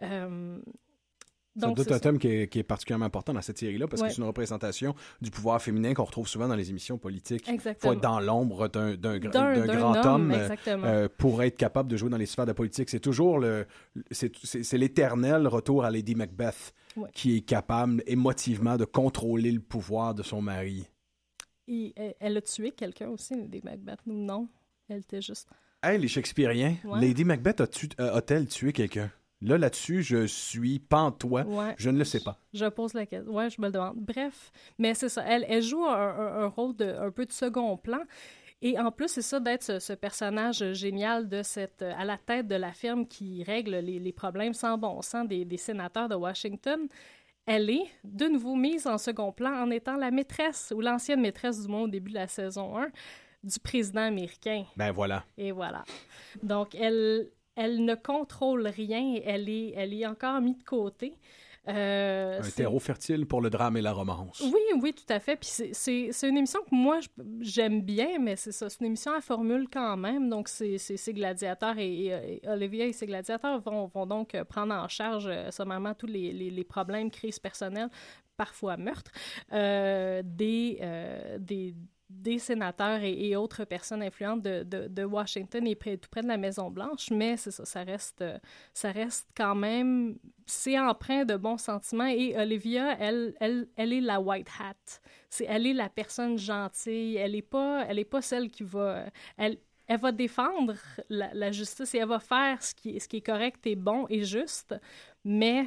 C'est un thème qui est particulièrement important dans cette série-là parce que c'est une représentation du pouvoir féminin qu'on retrouve souvent dans les émissions politiques. Il faut être dans l'ombre d'un grand homme pour être capable de jouer dans les sphères de la politique. C'est toujours c'est l'éternel retour à Lady Macbeth qui est capable émotivement de contrôler le pouvoir de son mari. Et elle a tué quelqu'un aussi, Lady Macbeth, ou non? Elle était juste... Hey, les Shakespeariens, Lady Macbeth a-t-elle tué quelqu'un? Là-dessus, je suis pantois. Je ne le sais pas. Je pose la question. Ouais, je me le demande. Bref, mais c'est ça. Elle joue un rôle un peu de second plan. Et en plus, c'est ça d'être ce personnage génial à la tête de la firme qui règle les problèmes sans bon sens des sénateurs de Washington. Elle est de nouveau mise en second plan en étant la maîtresse ou l'ancienne maîtresse du moins au début de la saison 1 du président américain. Ben voilà. Et voilà. Donc, elle ne contrôle rien, elle est encore mise de côté. Un terreau fertile pour le drame et la romance. Oui, tout à fait. Puis c'est une émission que moi, j'aime bien, mais c'est ça, c'est une émission à formule quand même. Donc, ces gladiateurs et Olivia et ses gladiateurs vont donc prendre en charge sommairement tous les problèmes, crises personnelles, parfois meurtres, des des sénateurs et autres personnes influentes de Washington et tout près de la Maison-Blanche, mais c'est ça, ça reste quand même, c'est empreint de bons sentiments, et Olivia, elle est la white hat. Elle est la personne gentille, elle est pas celle qui va... Elle va défendre la justice et elle va faire ce qui est correct et bon et juste, mais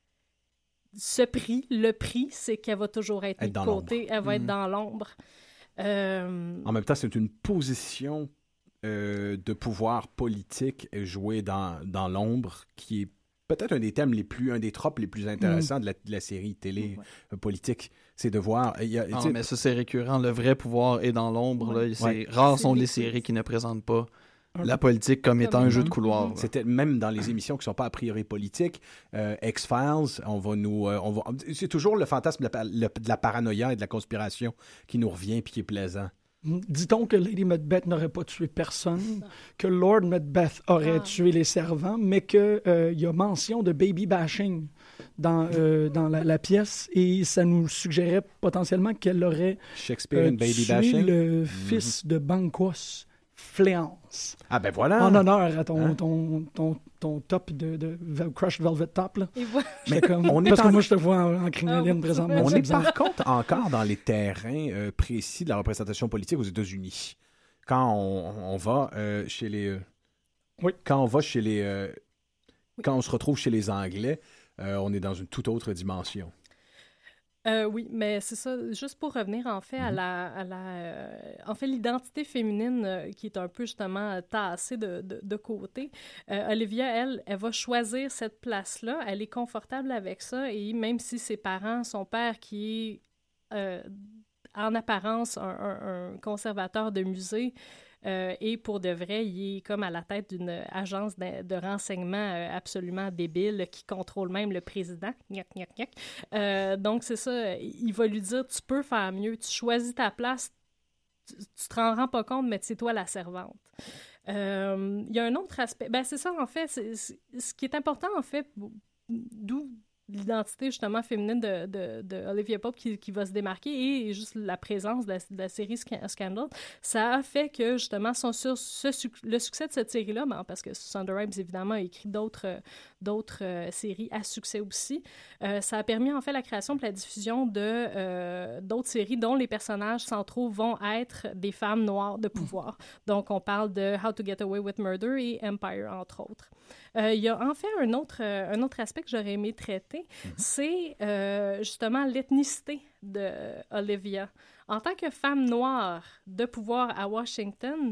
le prix, c'est qu'elle va toujours être de côté, elle va être dans l'ombre. En même temps, c'est une position de pouvoir politique jouée dans l'ombre qui est peut-être un des tropes les plus intéressants de la série télé politique. C'est de voir... mais ça, c'est récurrent. Le vrai pouvoir est dans l'ombre. Rares sont les séries qui ne présentent pas la politique comme étant un jeu de couloir. C'était même dans les émissions qui ne sont pas a priori politiques. X-Files, c'est toujours le fantasme de la paranoïa et de la conspiration qui nous revient et qui est plaisant. Dit-on que Lady Macbeth n'aurait pas tué personne, que Lord Macbeth aurait tué les servants, mais qu'il y a mention de baby bashing dans la pièce, et ça nous suggérait potentiellement qu'elle aurait tué le fils de Banquos, Fléance. Ah ben voilà! En honneur à ton top de Crushed Velvet Top. Là. Mais parce que moi, je te vois en crinoline présentement. On est par contre encore dans les terrains précis de la représentation politique aux États-Unis. Quand on va chez les... Quand on se retrouve chez les Anglais, on est dans une toute autre dimension. Oui, mais c'est ça. Juste pour revenir en fait en fait l'identité féminine qui est un peu justement tassée de côté. Olivia, elle va choisir cette place-là. Elle est confortable avec ça, et même si ses parents, son père qui est en apparence un conservateur de musée, et pour de vrai, il est comme à la tête d'une agence de renseignement absolument débile qui contrôle même le président. Donc, c'est ça. Il va lui dire, tu peux faire mieux, tu choisis ta place, tu te rends pas compte, mais c'est toi la servante. Il y a un autre aspect. Ben, c'est ça, en fait. Ce qui est important, en fait, d'où l'identité justement féminine de Olivia Pope qui va se démarquer, et juste la présence de la série Scandal, ça a fait que justement le succès de cette série-là, parce que Shonda Rhimes évidemment a écrit d'autres séries à succès aussi, ça a permis en fait la création et la diffusion de d'autres séries dont les personnages centraux vont être des femmes noires de pouvoir. Donc on parle de How to Get Away with Murder et Empire entre autres. Il y a en fait un autre aspect que j'aurais aimé traiter, c'est justement l'ethnicité de Olivia. En tant que femme noire de pouvoir à Washington,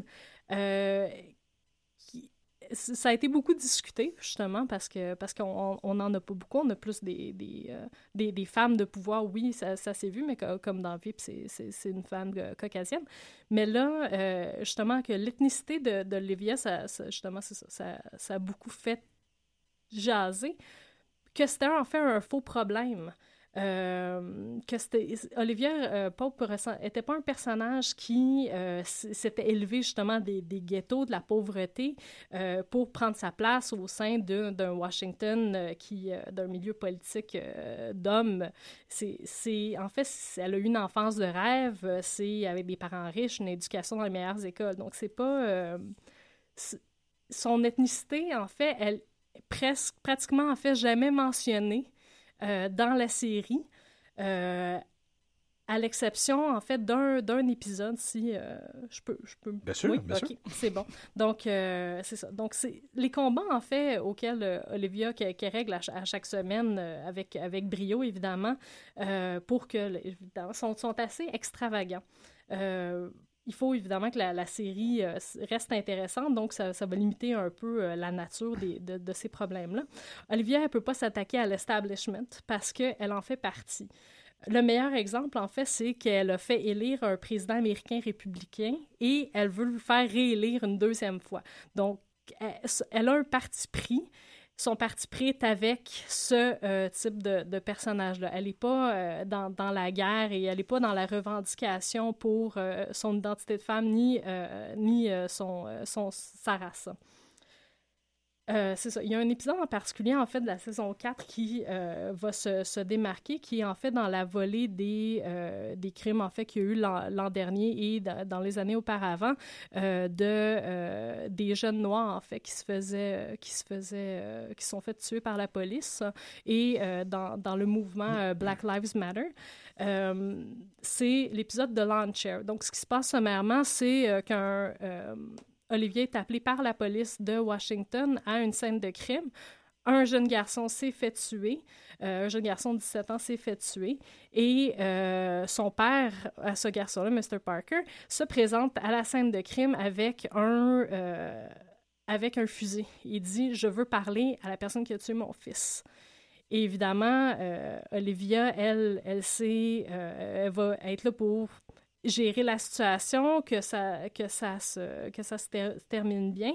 ça a été beaucoup discuté, justement, parce qu'on n'en a pas beaucoup. On a plus des femmes de pouvoir, oui, ça s'est vu, mais comme dans VIP, c'est une femme caucasienne. Mais là, justement, que l'ethnicité d'Olivia, ça a beaucoup fait jaser, que c'était en fait un faux problème. Olivia Pope était pas un personnage qui s'était élevé justement des ghettos, de la pauvreté, pour prendre sa place au sein d'un Washington d'un milieu politique d'hommes. En fait, elle a eu une enfance de rêve, c'est avec des parents riches, une éducation dans les meilleures écoles. Donc c'est pas son ethnicité, en fait, elle pratiquement en fait jamais mentionnée dans la série, à l'exception, en fait, d'un épisode, si je peux... Bien sûr, oui, bien sûr. C'est bon. Donc, c'est ça. Donc, c'est les combats, en fait, auxquels Olivia qui règle à chaque semaine avec brio, évidemment, pour que... Évidemment, sont assez extravagants. Il faut évidemment que la série reste intéressante, donc ça va limiter un peu la nature de ces problèmes-là. Olivia, elle ne peut pas s'attaquer à l'establishment parce qu'elle en fait partie. Le meilleur exemple, en fait, c'est qu'elle a fait élire un président américain républicain et elle veut le faire réélire une deuxième fois. Donc, elle a un parti pris. Son parti pris est avec ce type de personnage-là. Elle n'est pas dans la guerre et elle n'est pas dans la revendication pour son identité de femme ni sa race. C'est ça. Il y a un épisode en particulier, en fait, de la saison 4 qui va se démarquer, qui est en fait dans la volée des crimes, en fait, qu'il y a eu l'an dernier et dans les années auparavant, des jeunes noirs, en fait, qui sont fait tuer par la police et dans le mouvement Black Lives Matter. C'est l'épisode de Lawn Chair. Donc, ce qui se passe sommairement, c'est qu'un... Olivier est appelé par la police de Washington à une scène de crime. Un jeune garçon s'est fait tuer. Un jeune garçon de 17 ans s'est fait tuer. Et son père, à ce garçon-là, Mr. Parker, se présente à la scène de crime avec un fusil. Il dit « Je veux parler à la personne qui a tué mon fils ». Et évidemment, Olivia, elle va être là pour gérer la situation, que ça se termine bien.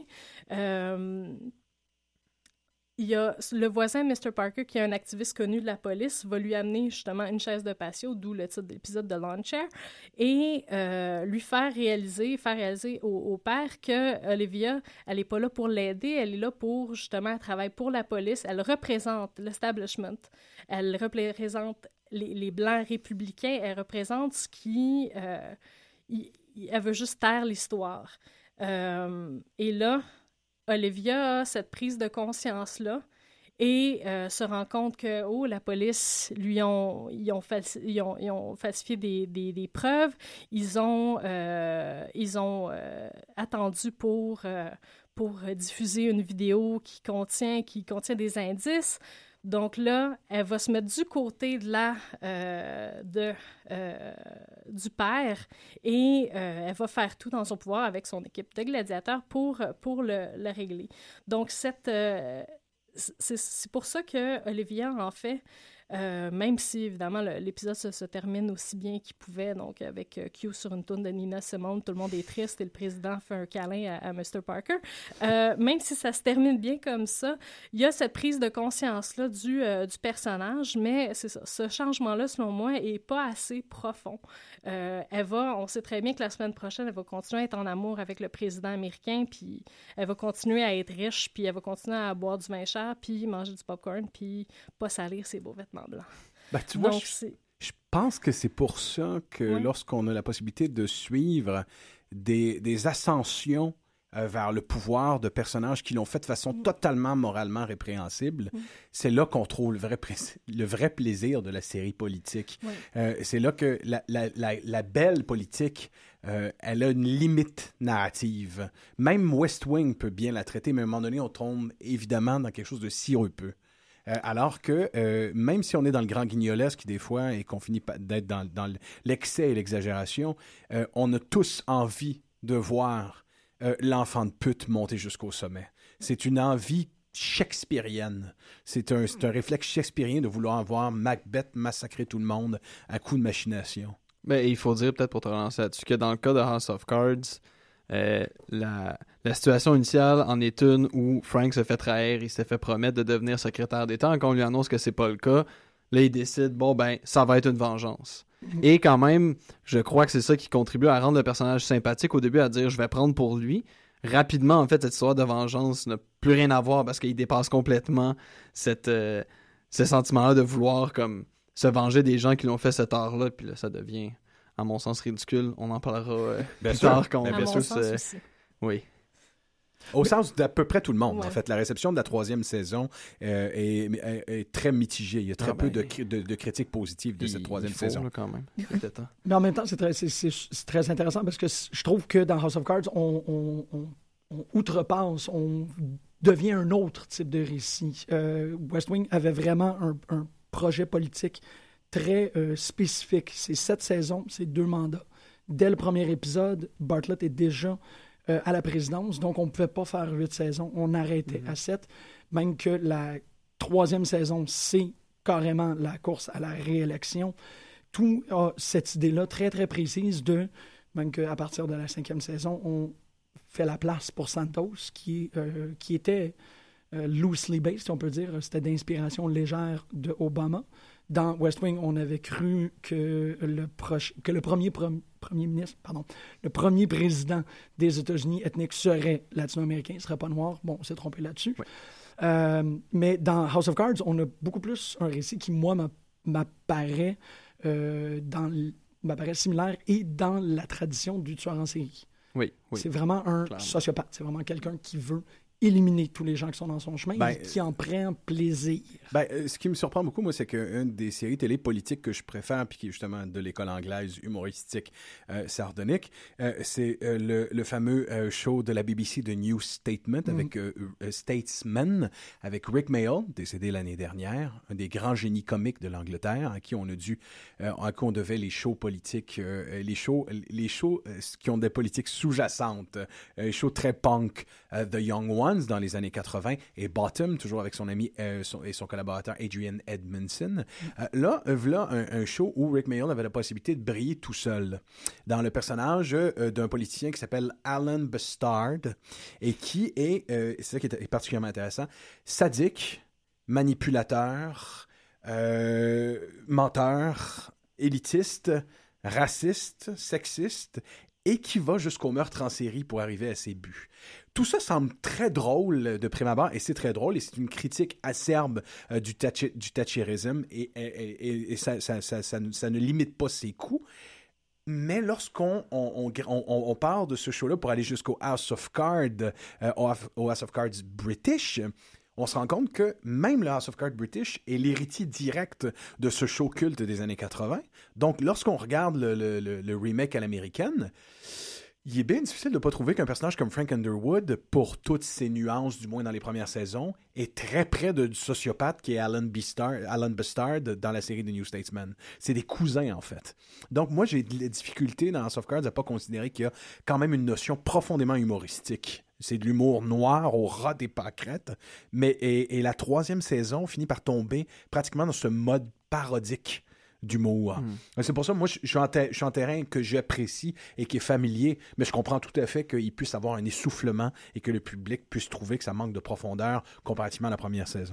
Il y a le voisin Mr. Parker, qui est un activiste connu de la police, va lui amener justement une chaise de patio, d'où le titre de l'épisode de Lawn Chair, et lui faire réaliser au père que Olivia, elle n'est pas là pour l'aider, elle est là pour, justement, elle travaille pour la police, elle représente l'establishment, elle représente les Blancs républicains, elle représente ce qui... elle veut juste taire l'histoire. Et là, Olivia a cette prise de conscience-là et se rend compte que, la police, ils ont falsifié des preuves, ils ont attendu pour diffuser une vidéo qui contient des indices. Donc là, elle va se mettre du côté du père et elle va faire tout dans son pouvoir avec son équipe de gladiateurs pour le régler. Donc, c'est pour ça que Olivia, en fait, même si, évidemment, l'épisode se termine aussi bien qu'il pouvait, donc avec Q sur une toune de Nina Simone, tout le monde est triste et le président fait un câlin à Mr. Parker. Même si ça se termine bien comme ça, il y a cette prise de conscience-là du personnage, mais c'est ça, ce changement-là, selon moi, est pas assez profond. On sait très bien que la semaine prochaine, elle va continuer à être en amour avec le président américain, puis elle va continuer à être riche, puis elle va continuer à boire du vin cher, puis manger du popcorn, puis pas salir ses beaux vêtements blancs. Ben, tu vois, je pense que c'est pour ça que lorsqu'on a la possibilité de suivre des ascensions vers le pouvoir de personnages qui l'ont fait de façon totalement moralement répréhensible, c'est là qu'on trouve le vrai plaisir de la série politique. C'est là que la belle politique, elle a une limite narrative. Même West Wing peut bien la traiter, mais à un moment donné, on tombe évidemment dans quelque chose de sirupeux. Alors que même si on est dans le grand guignolesque des fois et qu'on finit d'être dans l'excès et l'exagération, on a tous envie de voir l'enfant de pute monter jusqu'au sommet. C'est une envie shakespearienne. C'est un réflexe shakespearien de vouloir voir Macbeth massacrer tout le monde à coups de machination. Ben, il faut dire, peut-être pour te relancer là-dessus, que dans le cas de House of Cards, la situation initiale en est une où Frank se fait trahir, il s'est fait promettre de devenir secrétaire d'État. Quand on lui annonce que c'est pas le cas, là, il décide, ça va être une vengeance. Et quand même, je crois que c'est ça qui contribue à rendre le personnage sympathique au début, à dire « je vais prendre pour lui ». Rapidement, en fait, cette histoire de vengeance n'a plus rien à voir parce qu'il dépasse complètement ce sentiment-là de vouloir comme se venger des gens qui l'ont fait cet art-là. Puis là, ça devient, à mon sens, ridicule. On en parlera plus tard. À mon sens aussi. Oui. Au sens d'à peu près tout le monde, en fait. La réception de la 3e saison est très mitigée. Il y a très peu de critiques positives de cette 3e saison. Là, quand même. Mais en même temps, c'est très intéressant parce que je trouve que dans House of Cards, on outrepasse, on devient un autre type de récit. West Wing avait vraiment un projet politique très spécifique. C'est 7 saisons, c'est 2 mandats. Dès le premier épisode, Bartlett est déjà à la présidence, donc on ne pouvait pas faire 8 saisons, on arrêtait à 7, même que la 3e saison, c'est carrément la course à la réélection. Tout a cette idée-là très, très précise même qu'à partir de la 5e saison, on fait la place pour Santos, qui était loosely based, on peut dire, c'était d'inspiration légère de Obama. dans West Wing, on avait cru que le premier président des États-Unis ethniques serait latino-américain, il ne serait pas noir. Bon, on s'est trompé là-dessus. Oui. Mais dans House of Cards, on a beaucoup plus un récit qui, moi, m'apparaît similaire et dans la tradition du tueur en série. Oui. C'est vraiment un sociopathe. C'est vraiment quelqu'un qui veut éliminer tous les gens qui sont dans son chemin et qui en prend plaisir. Ce qui me surprend beaucoup, moi, c'est qu'une des séries télé politiques que je préfère, puis qui est justement de l'école anglaise humoristique sardonique, c'est le fameux show de la BBC de New Statement avec Statesman, avec Rick Mayall, décédé l'année dernière, un des grands génies comiques de l'Angleterre, à qui on devait les shows politiques, les shows qui ont des politiques sous-jacentes, les shows très punk, The Young Ones dans les années 80 et Bottom, toujours avec son ami et son collaborateur Adrian Edmondson. Là, voilà un show où Rick Mayall avait la possibilité de briller tout seul dans le personnage d'un politicien qui s'appelle Alan Bustard et qui est, c'est ça qui est particulièrement intéressant, sadique, manipulateur, menteur, élitiste, raciste, sexiste et qui va jusqu'au meurtre en série pour arriver à ses buts. Tout ça semble très drôle de prime abord, et c'est très drôle, et c'est une critique acerbe du thatcherisme, et ça ne limite pas ses coups. Mais lorsqu'on part de ce show-là pour aller jusqu'au House of Cards, au House of Cards British, on se rend compte que même le House of Cards British est l'héritier direct de ce show culte des années 80. Donc, lorsqu'on regarde le remake à l'américaine, il est bien difficile de ne pas trouver qu'un personnage comme Frank Underwood, pour toutes ses nuances, du moins dans les premières saisons, est très près du sociopathe qui est Alan Bustard dans la série de New Statesman. C'est des cousins, en fait. Donc, moi, j'ai de la difficulté dans House of Cards à ne pas considérer qu'il y a quand même une notion profondément humoristique. C'est de l'humour noir au ras des pâquerettes. Et la troisième saison finit par tomber pratiquement dans ce mode parodique d'humour. C'est pour ça, moi, je suis en terrain que j'apprécie et qui est familier, mais je comprends tout à fait qu'il puisse avoir un essoufflement et que le public puisse trouver que ça manque de profondeur comparativement à la première saison.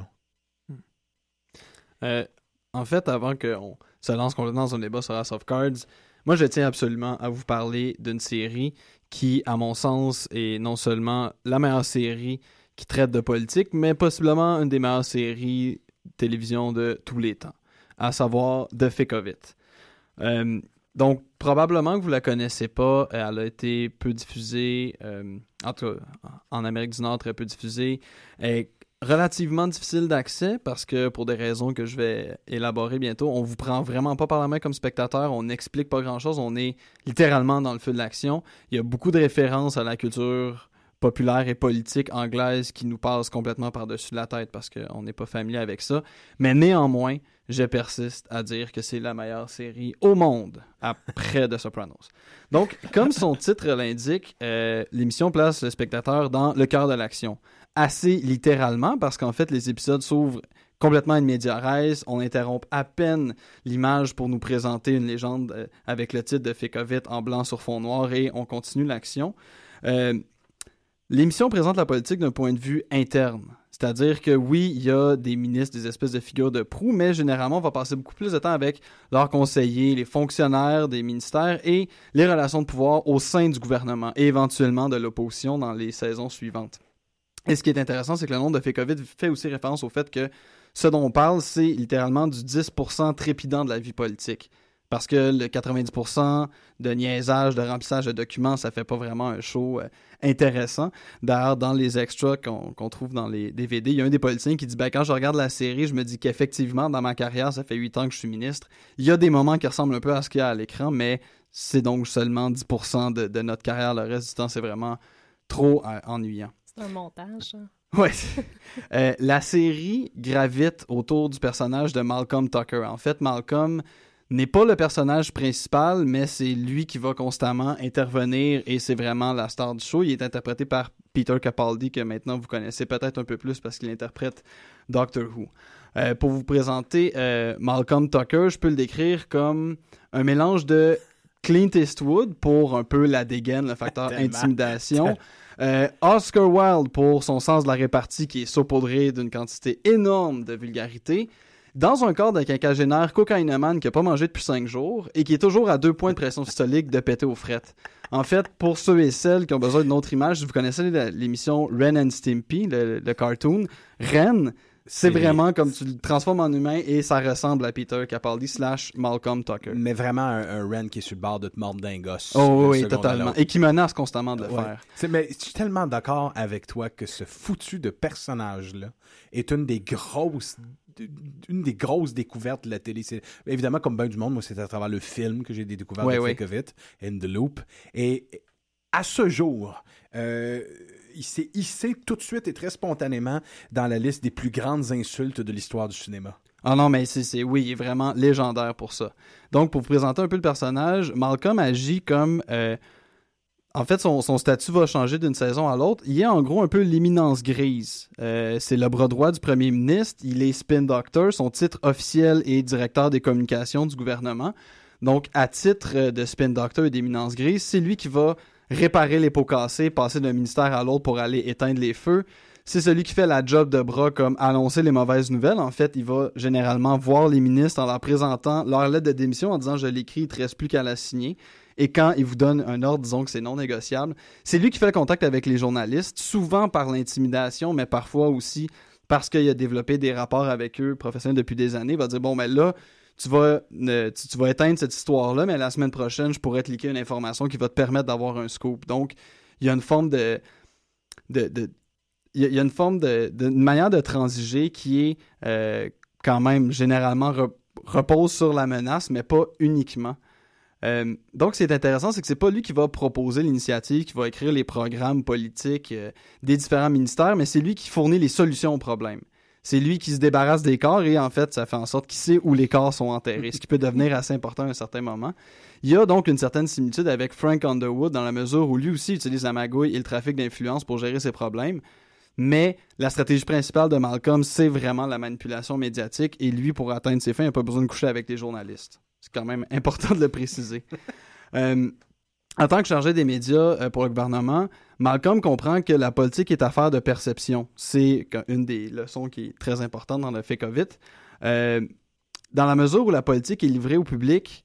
En fait, avant qu'on se lance complètement dans un débat sur House of Cards, moi, je tiens absolument à vous parler d'une série qui, à mon sens, est non seulement la meilleure série qui traite de politique, mais possiblement une des meilleures séries télévision de tous les temps, à savoir The Thick of It. Donc, probablement que vous la connaissez pas. Elle a été peu diffusée, en tout cas, en Amérique du Nord, très peu diffusée. Elle est relativement difficile d'accès parce que, pour des raisons que je vais élaborer bientôt, on vous prend vraiment pas par la main comme spectateur, on n'explique pas grand-chose, on est littéralement dans le feu de l'action. Il y a beaucoup de références à la culture populaire et politique anglaise qui nous passe complètement par-dessus la tête parce qu'on n'est pas familier avec ça. Mais néanmoins, je persiste à dire que c'est la meilleure série au monde après The Sopranos. Donc, comme son titre l'indique, l'émission place le spectateur dans le cœur de l'action. Assez littéralement, parce qu'en fait, les épisodes s'ouvrent complètement in media res. On interrompt à peine l'image pour nous présenter une légende avec le titre de Thick of It en blanc sur fond noir et on continue l'action. L'émission présente la politique d'un point de vue interne. C'est-à-dire que oui, il y a des ministres, des espèces de figures de proue, mais généralement, on va passer beaucoup plus de temps avec leurs conseillers, les fonctionnaires des ministères et les relations de pouvoir au sein du gouvernement et éventuellement de l'opposition dans les saisons suivantes. Et ce qui est intéressant, c'est que le nom de Thick of It fait aussi référence au fait que ce dont on parle, c'est littéralement du 10% trépidant de la vie politique. Parce que le 90% de niaisage, de remplissage de documents, ça fait pas vraiment un show intéressant. D'ailleurs, dans les extras qu'on trouve dans les DVD, il y a un des politiciens qui dit « Quand je regarde la série, je me dis qu'effectivement, dans ma carrière, ça fait 8 ans que je suis ministre. Il y a des moments qui ressemblent un peu à ce qu'il y a à l'écran, mais c'est donc seulement 10% de notre carrière. Le reste du temps, c'est vraiment trop ennuyant. » C'est un montage, hein? Ouais. La série gravite autour du personnage de Malcolm Tucker. En fait, Malcolm n'est pas le personnage principal, mais c'est lui qui va constamment intervenir et c'est vraiment la star du show. Il est interprété par Peter Capaldi, que maintenant vous connaissez peut-être un peu plus parce qu'il interprète Doctor Who. Pour vous présenter Malcolm Tucker, je peux le décrire comme un mélange de Clint Eastwood pour un peu la dégaine, le facteur intimidation. Oscar Wilde pour son sens de la répartie qui est saupoudré d'une quantité énorme de vulgarité. dans un corps d'un quinquagénaire cocaïnomane qui n'a pas mangé depuis 5 jours et qui est toujours à 2 points de pression systolique de péter aux frettes. En fait, pour ceux et celles qui ont besoin d'une autre image, vous connaissez l'émission Ren and Stimpy, le cartoon. Ren, c'est vraiment comme tu le transformes en humain et ça ressemble à Peter Capaldi / Malcolm Tucker. Mais vraiment un Ren qui est sur le bord de te mordre d'un gosse. Oh oui, totalement. Et qui menace constamment de le faire. Mais je suis tellement d'accord avec toi que ce foutu de personnage-là est une des grosses découvertes de la télé. C'est, évidemment, comme bien du monde, moi, c'est à travers le film que j'ai des découvertes de Thick of It, In the Loop. Et à ce jour, il s'est hissé tout de suite et très spontanément dans la liste des plus grandes insultes de l'histoire du cinéma. Ah non, mais oui, il est vraiment légendaire pour ça. Donc, pour vous présenter un peu le personnage, Malcolm agit comme... en fait, son statut va changer d'une saison à l'autre. Il est en gros un peu l'éminence grise. C'est le bras droit du premier ministre. Il est spin doctor. Son titre officiel est directeur des communications du gouvernement. Donc, à titre de spin doctor et d'éminence grise, c'est lui qui va réparer les pots cassés, passer d'un ministère à l'autre pour aller éteindre les feux. C'est celui qui fait la job de bras comme annoncer les mauvaises nouvelles. En fait, il va généralement voir les ministres en leur présentant leur lettre de démission en disant « Je l'écris, il ne te reste plus qu'à la signer ». Et quand il vous donne un ordre, disons que c'est non négociable, c'est lui qui fait le contact avec les journalistes, souvent par l'intimidation, mais parfois aussi parce qu'il a développé des rapports avec eux professionnels depuis des années. Il va dire « Bon, mais là, tu vas éteindre cette histoire-là, mais la semaine prochaine, je pourrais te liquer une information qui va te permettre d'avoir un scoop. » Donc, il y a une forme une manière de transiger qui est quand même généralement repose sur la menace, mais pas uniquement. Donc, ce qui est intéressant, c'est que c'est pas lui qui va proposer l'initiative, qui va écrire les programmes politiques des différents ministères, mais c'est lui qui fournit les solutions aux problèmes. C'est lui qui se débarrasse des corps et en fait, ça fait en sorte qu'il sait où les corps sont enterrés, ce qui peut devenir assez important à un certain moment. Il y a donc une certaine similitude avec Frank Underwood dans la mesure où lui aussi utilise la magouille et le trafic d'influence pour gérer ses problèmes. Mais la stratégie principale de Malcolm, c'est vraiment la manipulation médiatique et lui, pour atteindre ses fins, il n'a pas besoin de coucher avec les journalistes. C'est quand même important de le préciser. En tant que chargé des médias pour le gouvernement, Malcolm comprend que la politique est affaire de perception. C'est une des leçons qui est très importante dans le Thick of It. Dans la mesure où la politique est livrée au public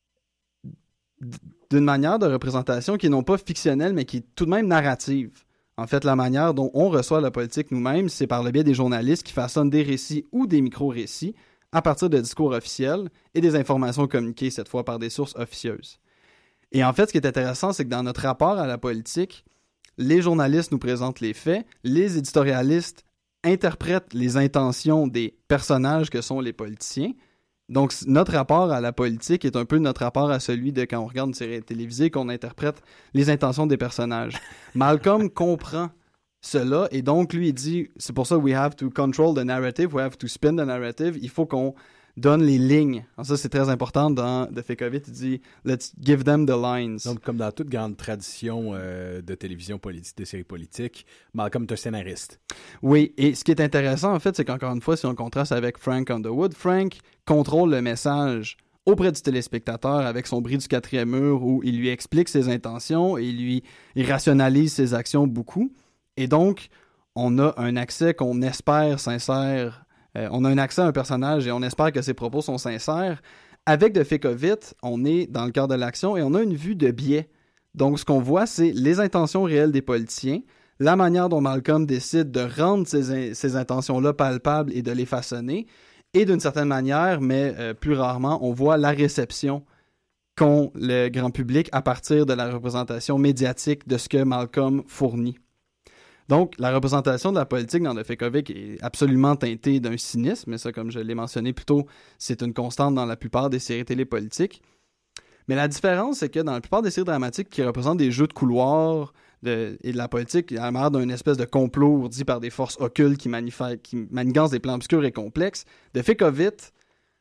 d'une manière de représentation qui est non pas fictionnelle, mais qui est tout de même narrative. En fait, la manière dont on reçoit la politique nous-mêmes, c'est par le biais des journalistes qui façonnent des récits ou des micro-récits à partir de discours officiels et des informations communiquées, cette fois par des sources officieuses. Et en fait, ce qui est intéressant, c'est que dans notre rapport à la politique, les journalistes nous présentent les faits, les éditorialistes interprètent les intentions des personnages que sont les politiciens. Donc, notre rapport à la politique est un peu notre rapport à celui de quand on regarde une série télévisée, qu'on interprète les intentions des personnages. Malcolm comprend cela et donc, lui, il dit, c'est pour ça « we have to control the narrative, we have to spin the narrative », il faut qu'on donne les lignes. Alors ça, c'est très important dans The Thick of It. Il dit « let's give them the lines ». Donc, comme dans toute grande tradition de télévision politique, de séries politiques, Malcolm est un scénariste. Oui, et ce qui est intéressant, en fait, c'est qu'encore une fois, si on contraste avec Frank Underwood, Frank contrôle le message auprès du téléspectateur avec son bris du 4e mur où il lui explique ses intentions et il rationalise ses actions beaucoup. Et donc, on a un accès qu'on espère sincère. On a un accès à un personnage et on espère que ses propos sont sincères. Avec The Thick of It, on est dans le cœur de l'action et on a une vue de biais. Donc, ce qu'on voit, c'est les intentions réelles des politiciens, la manière dont Malcolm décide de rendre ces intentions-là palpables et de les façonner. Et d'une certaine manière, mais plus rarement, on voit la réception qu'ont le grand public à partir de la représentation médiatique de ce que Malcolm fournit. Donc, la représentation de la politique dans The Thick of It est absolument teintée d'un cynisme, mais ça, comme je l'ai mentionné plus tôt, c'est une constante dans la plupart des séries télé politiques. Mais la différence, c'est que dans la plupart des séries dramatiques qui représentent des jeux de couloir et de la politique, à la manière d'un espèce de complot ourdi par des forces occultes qui manigancent des plans obscurs et complexes, The Thick of It,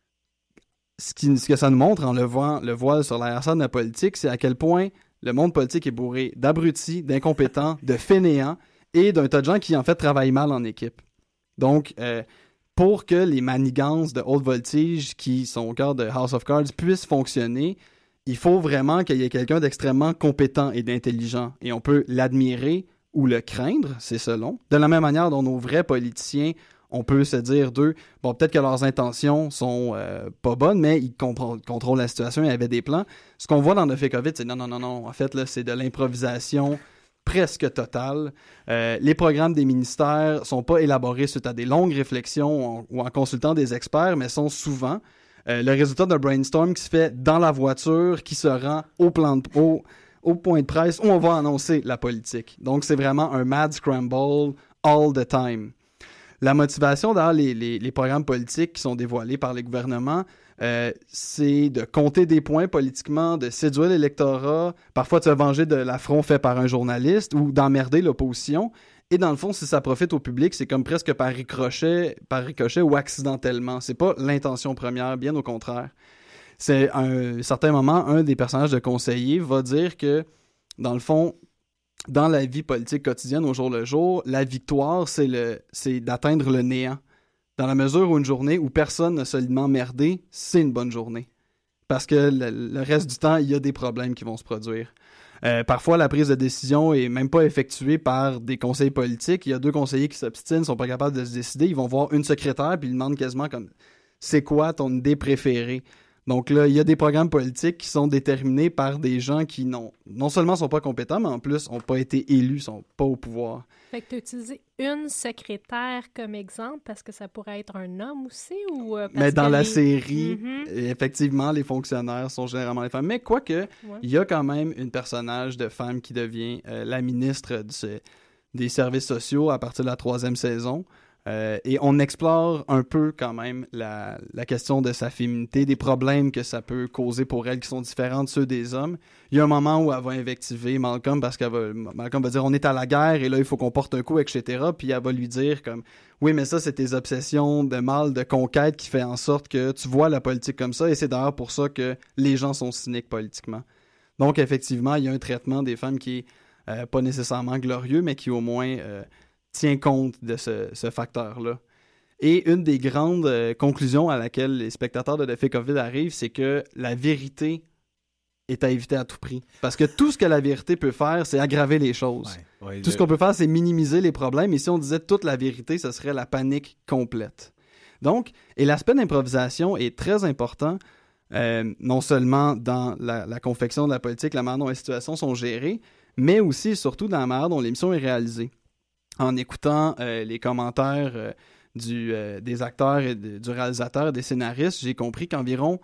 ce que ça nous montre en levant le voile sur l'arrière-scène de la politique, c'est à quel point le monde politique est bourré d'abrutis, d'incompétents, de fainéants, et d'un tas de gens qui, en fait, travaillent mal en équipe. Donc, pour que les manigances de haute voltige qui sont au cœur de House of Cards puissent fonctionner, il faut vraiment qu'il y ait quelqu'un d'extrêmement compétent et d'intelligent. Et on peut l'admirer ou le craindre, c'est selon. De la même manière dont nos vrais politiciens on peut se dire d'eux, bon, peut-être que leurs intentions sont pas bonnes, mais ils contrôlent la situation, il y avait des plans. Ce qu'on voit dans The Fake of It, c'est non. En fait, là, c'est de l'improvisation presque totale. Les programmes des ministères sont pas élaborés suite à des longues réflexions ou en consultant des experts, mais sont souvent le résultat d'un brainstorm qui se fait dans la voiture, qui se rend au point de presse où on va annoncer la politique. Donc, c'est vraiment un mad scramble all the time. La motivation dans les programmes politiques qui sont dévoilés par les gouvernements, c'est de compter des points politiquement, de séduire l'électorat, parfois de se venger de l'affront fait par un journaliste ou d'emmerder l'opposition. Et dans le fond, si ça profite au public, c'est comme presque par ricochet ou accidentellement. C'est pas l'intention première, bien au contraire. C'est à un certain moment, un des personnages de conseiller va dire que, dans le fond, dans la vie politique quotidienne au jour le jour, la victoire, c'est d'atteindre le néant. Dans la mesure où une journée où personne n'a solidement merdé, c'est une bonne journée. Parce que le reste du temps, il y a des problèmes qui vont se produire. Parfois, la prise de décision est même pas effectuée par des conseils politiques. Il y a 2 conseillers qui s'obstinent, sont pas capables de se décider. Ils vont voir une secrétaire puis ils demandent quasiment comme « C'est quoi ton idée préférée? » Donc là, il y a des programmes politiques qui sont déterminés par des gens qui non seulement sont pas compétents, mais en plus n'ont pas été élus, sont pas au pouvoir. Fait que tu as utilisé une secrétaire comme exemple parce que ça pourrait être un homme aussi ou parce mais dans que la série, effectivement, les fonctionnaires sont généralement les femmes. Mais quoique, il y a quand même une personnage de femme qui devient la ministre des services sociaux à partir de la 3e saison. Et on explore un peu quand même la question de sa féminité, des problèmes que ça peut causer pour elle qui sont différents de ceux des hommes. Il y a un moment où elle va invectiver Malcolm parce Malcolm va dire on est à la guerre et là il faut qu'on porte un coup, etc. Puis elle va lui dire comme oui mais ça c'est tes obsessions de mâle, de conquête qui fait en sorte que tu vois la politique comme ça et c'est d'ailleurs pour ça que les gens sont cyniques politiquement. Donc effectivement il y a un traitement des femmes qui est pas nécessairement glorieux mais qui au moins tient compte de ce facteur-là. Et une des grandes conclusions à laquelle les spectateurs de The Fake of It arrivent, c'est que la vérité est à éviter à tout prix. Parce que tout ce que la vérité peut faire, c'est aggraver les choses. Tout ce qu'on peut faire, c'est minimiser les problèmes. Et si on disait toute la vérité, ce serait la panique complète. Donc, et l'aspect d'improvisation est très important, non seulement dans la confection de la politique, la manière dont les situations sont gérées, mais aussi et surtout dans la manière dont l'émission est réalisée. En écoutant les commentaires des acteurs et du réalisateur et des scénaristes, j'ai compris qu'environ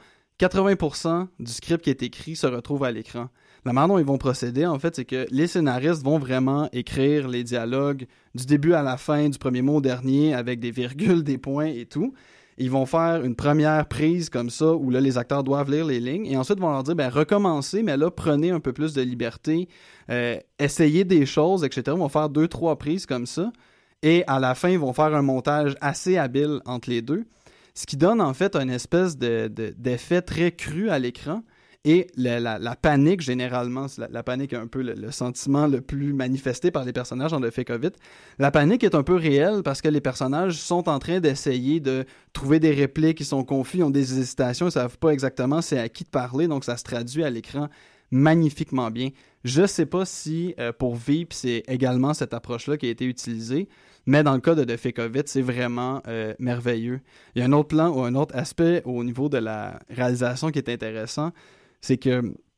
80% du script qui est écrit se retrouve à l'écran. La manière dont ils vont procéder, en fait, c'est que les scénaristes vont vraiment écrire les dialogues du début à la fin, du premier mot au dernier, avec des virgules, des points et tout. Ils vont faire une première prise comme ça, où là, les acteurs doivent lire les lignes, et ensuite, ils vont leur dire, recommencez, mais là, prenez un peu plus de liberté, essayez des choses, etc. Ils vont faire 2-3 prises comme ça, et à la fin, ils vont faire un montage assez habile entre les deux, ce qui donne, en fait, une espèce d'effet très cru à l'écran, et la panique, généralement, la panique est un peu le sentiment le plus manifesté par les personnages dans The Fake of It. La panique est un peu réelle parce que les personnages sont en train d'essayer de trouver des répliques, ils sont confus, ils ont des hésitations, ils ne savent pas exactement c'est à qui de parler, donc ça se traduit à l'écran magnifiquement bien. Je ne sais pas si pour Veep, c'est également cette approche-là qui a été utilisée, mais dans le cas de The Fake of It, c'est vraiment merveilleux. Il y a un autre plan ou un autre aspect au niveau de la réalisation qui est intéressant, c'est que,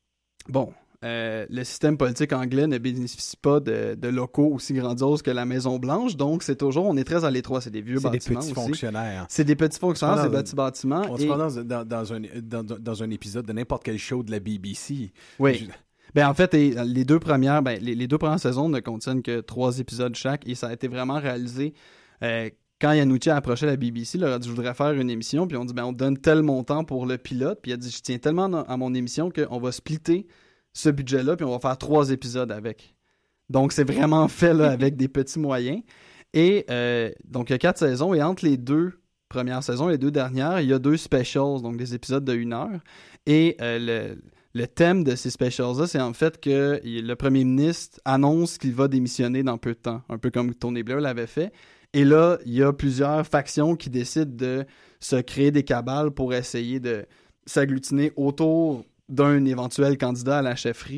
le système politique anglais ne bénéficie pas de locaux aussi grandioses que la Maison-Blanche, donc on est très à l'étroit, c'est des vieux bâtiments aussi. C'est des petits fonctionnaires. C'est des petits fonctionnaires, c'est des petits bâtiments. On se prend dans un épisode de n'importe quel show de la BBC. Oui. En fait, les deux premières saisons ne contiennent que 3 épisodes chaque, et ça a été vraiment réalisé quand Yanucci a approché la BBC, il leur a dit « Je voudrais faire une émission », puis on dit « On te donne tel montant pour le pilote », puis il a dit « Je tiens tellement à mon émission qu'on va splitter ce budget-là, puis on va faire 3 épisodes avec. » Donc, c'est vraiment fait là, avec des petits moyens. Et donc, il y a 4 saisons, et entre les 2 premières saisons et les 2 dernières, il y a 2 specials, donc des épisodes de 1 heure. Et le thème de ces specials-là, c'est en fait que le premier ministre annonce qu'il va démissionner dans peu de temps, un peu comme Tony Blair l'avait fait. Et là, il y a plusieurs factions qui décident de se créer des cabales pour essayer de s'agglutiner autour d'un éventuel candidat à la chefferie.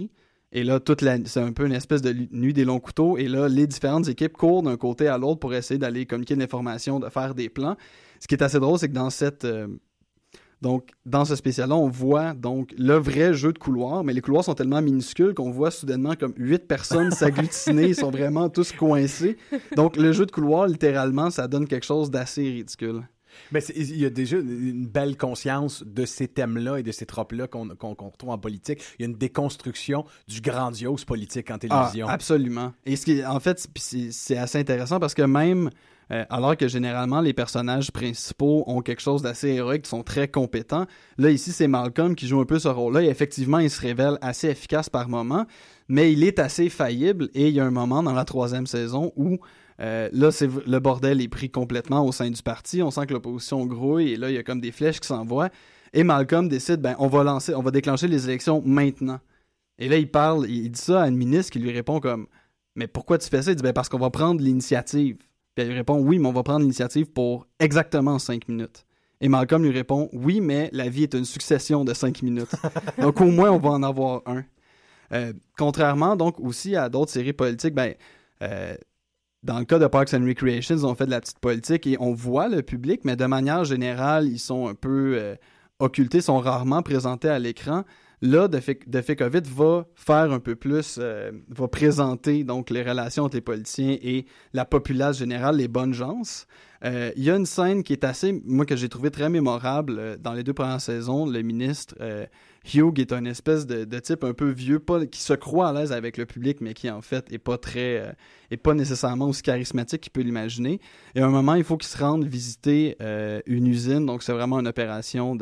Et là, c'est un peu une espèce de nuit des longs couteaux. Et là, les différentes équipes courent d'un côté à l'autre pour essayer d'aller communiquer de l'information, de faire des plans. Ce qui est assez drôle, c'est que dans ce spécial-là, on voit donc le vrai jeu de couloir, mais les couloirs sont tellement minuscules qu'on voit soudainement comme 8 personnes s'agglutiner, ils sont vraiment tous coincés. Donc, le jeu de couloir, littéralement, ça donne quelque chose d'assez ridicule. Mais il y a déjà une belle conscience de ces thèmes-là et de ces tropes-là qu'on retrouve en politique. Il y a une déconstruction du grandiose politique en télévision. Ah, absolument. Et en fait, c'est assez intéressant parce que même alors que généralement les personnages principaux ont quelque chose d'assez héroïque, sont très compétents, là ici c'est Malcolm qui joue un peu ce rôle-là et effectivement il se révèle assez efficace par moment, mais il est assez faillible et il y a un moment dans la 3e saison où là, le bordel est pris complètement au sein du parti. On sent que l'opposition grouille et là, il y a comme des flèches qui s'envoient. Et Malcolm décide, on va déclencher les élections maintenant. Et là, il dit ça à une ministre qui lui répond comme, mais pourquoi tu fais ça? Il dit, parce qu'on va prendre l'initiative. Puis elle lui répond, oui, mais on va prendre l'initiative pour exactement 5 minutes. Et Malcolm lui répond, oui, mais la vie est une succession de 5 minutes. Donc, au moins, on va en avoir un. Contrairement, donc, aussi à d'autres séries politiques, dans le cas de Parks and Recreation, ils ont fait de la petite politique et on voit le public, mais de manière générale, ils sont un peu occultés, sont rarement présentés à l'écran. Là, The Thick of It va faire un peu plus, va présenter donc les relations entre les politiciens et la populace générale, les bonnes gens. Il y a une scène qui est que j'ai trouvé très mémorable dans les 2 premières saisons. Le ministre Hugh est un espèce de type un peu vieux, qui se croit à l'aise avec le public, mais qui en fait est pas nécessairement aussi charismatique qu'il peut l'imaginer. Et à un moment, il faut qu'il se rende visiter une usine, donc c'est vraiment une opération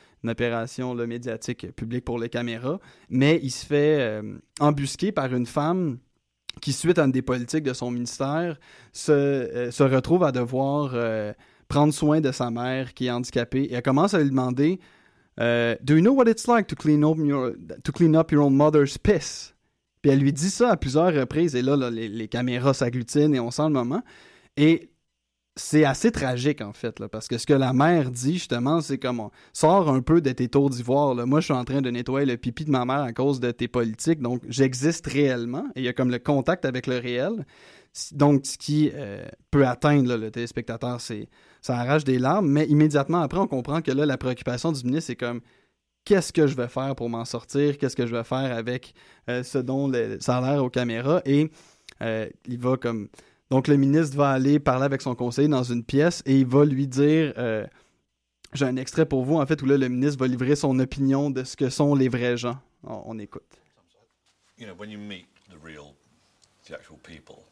médiatique publique pour les caméras, mais il se fait embusquer par une femme qui, suite à une des politiques de son ministère, se retrouve à devoir prendre soin de sa mère qui est handicapée. Et elle commence à lui demander Do you know what it's like to clean up your own mother's piss? Puis elle lui dit ça à plusieurs reprises, et là les caméras s'agglutinent et on sent le moment. Et c'est assez tragique, en fait, là, parce que ce que la mère dit, justement, c'est comme sors un peu de tes tours d'ivoire. Là. Moi, je suis en train de nettoyer le pipi de ma mère à cause de tes politiques, donc j'existe réellement, et il y a comme le contact avec le réel. Donc, ce qui peut atteindre là, le téléspectateur, ça arrache des larmes, mais immédiatement après, on comprend que là, la préoccupation du ministre, c'est comme qu'est-ce que je vais faire pour m'en sortir, qu'est-ce que je vais faire avec ce dont ça a l'air aux caméras, et il va comme... Donc, le ministre va aller parler avec son conseiller dans une pièce et il va lui dire j'ai un extrait pour vous, en fait, où là, le ministre va livrer son opinion de ce que sont les vrais gens. On écoute. You know, when you meet the actual people,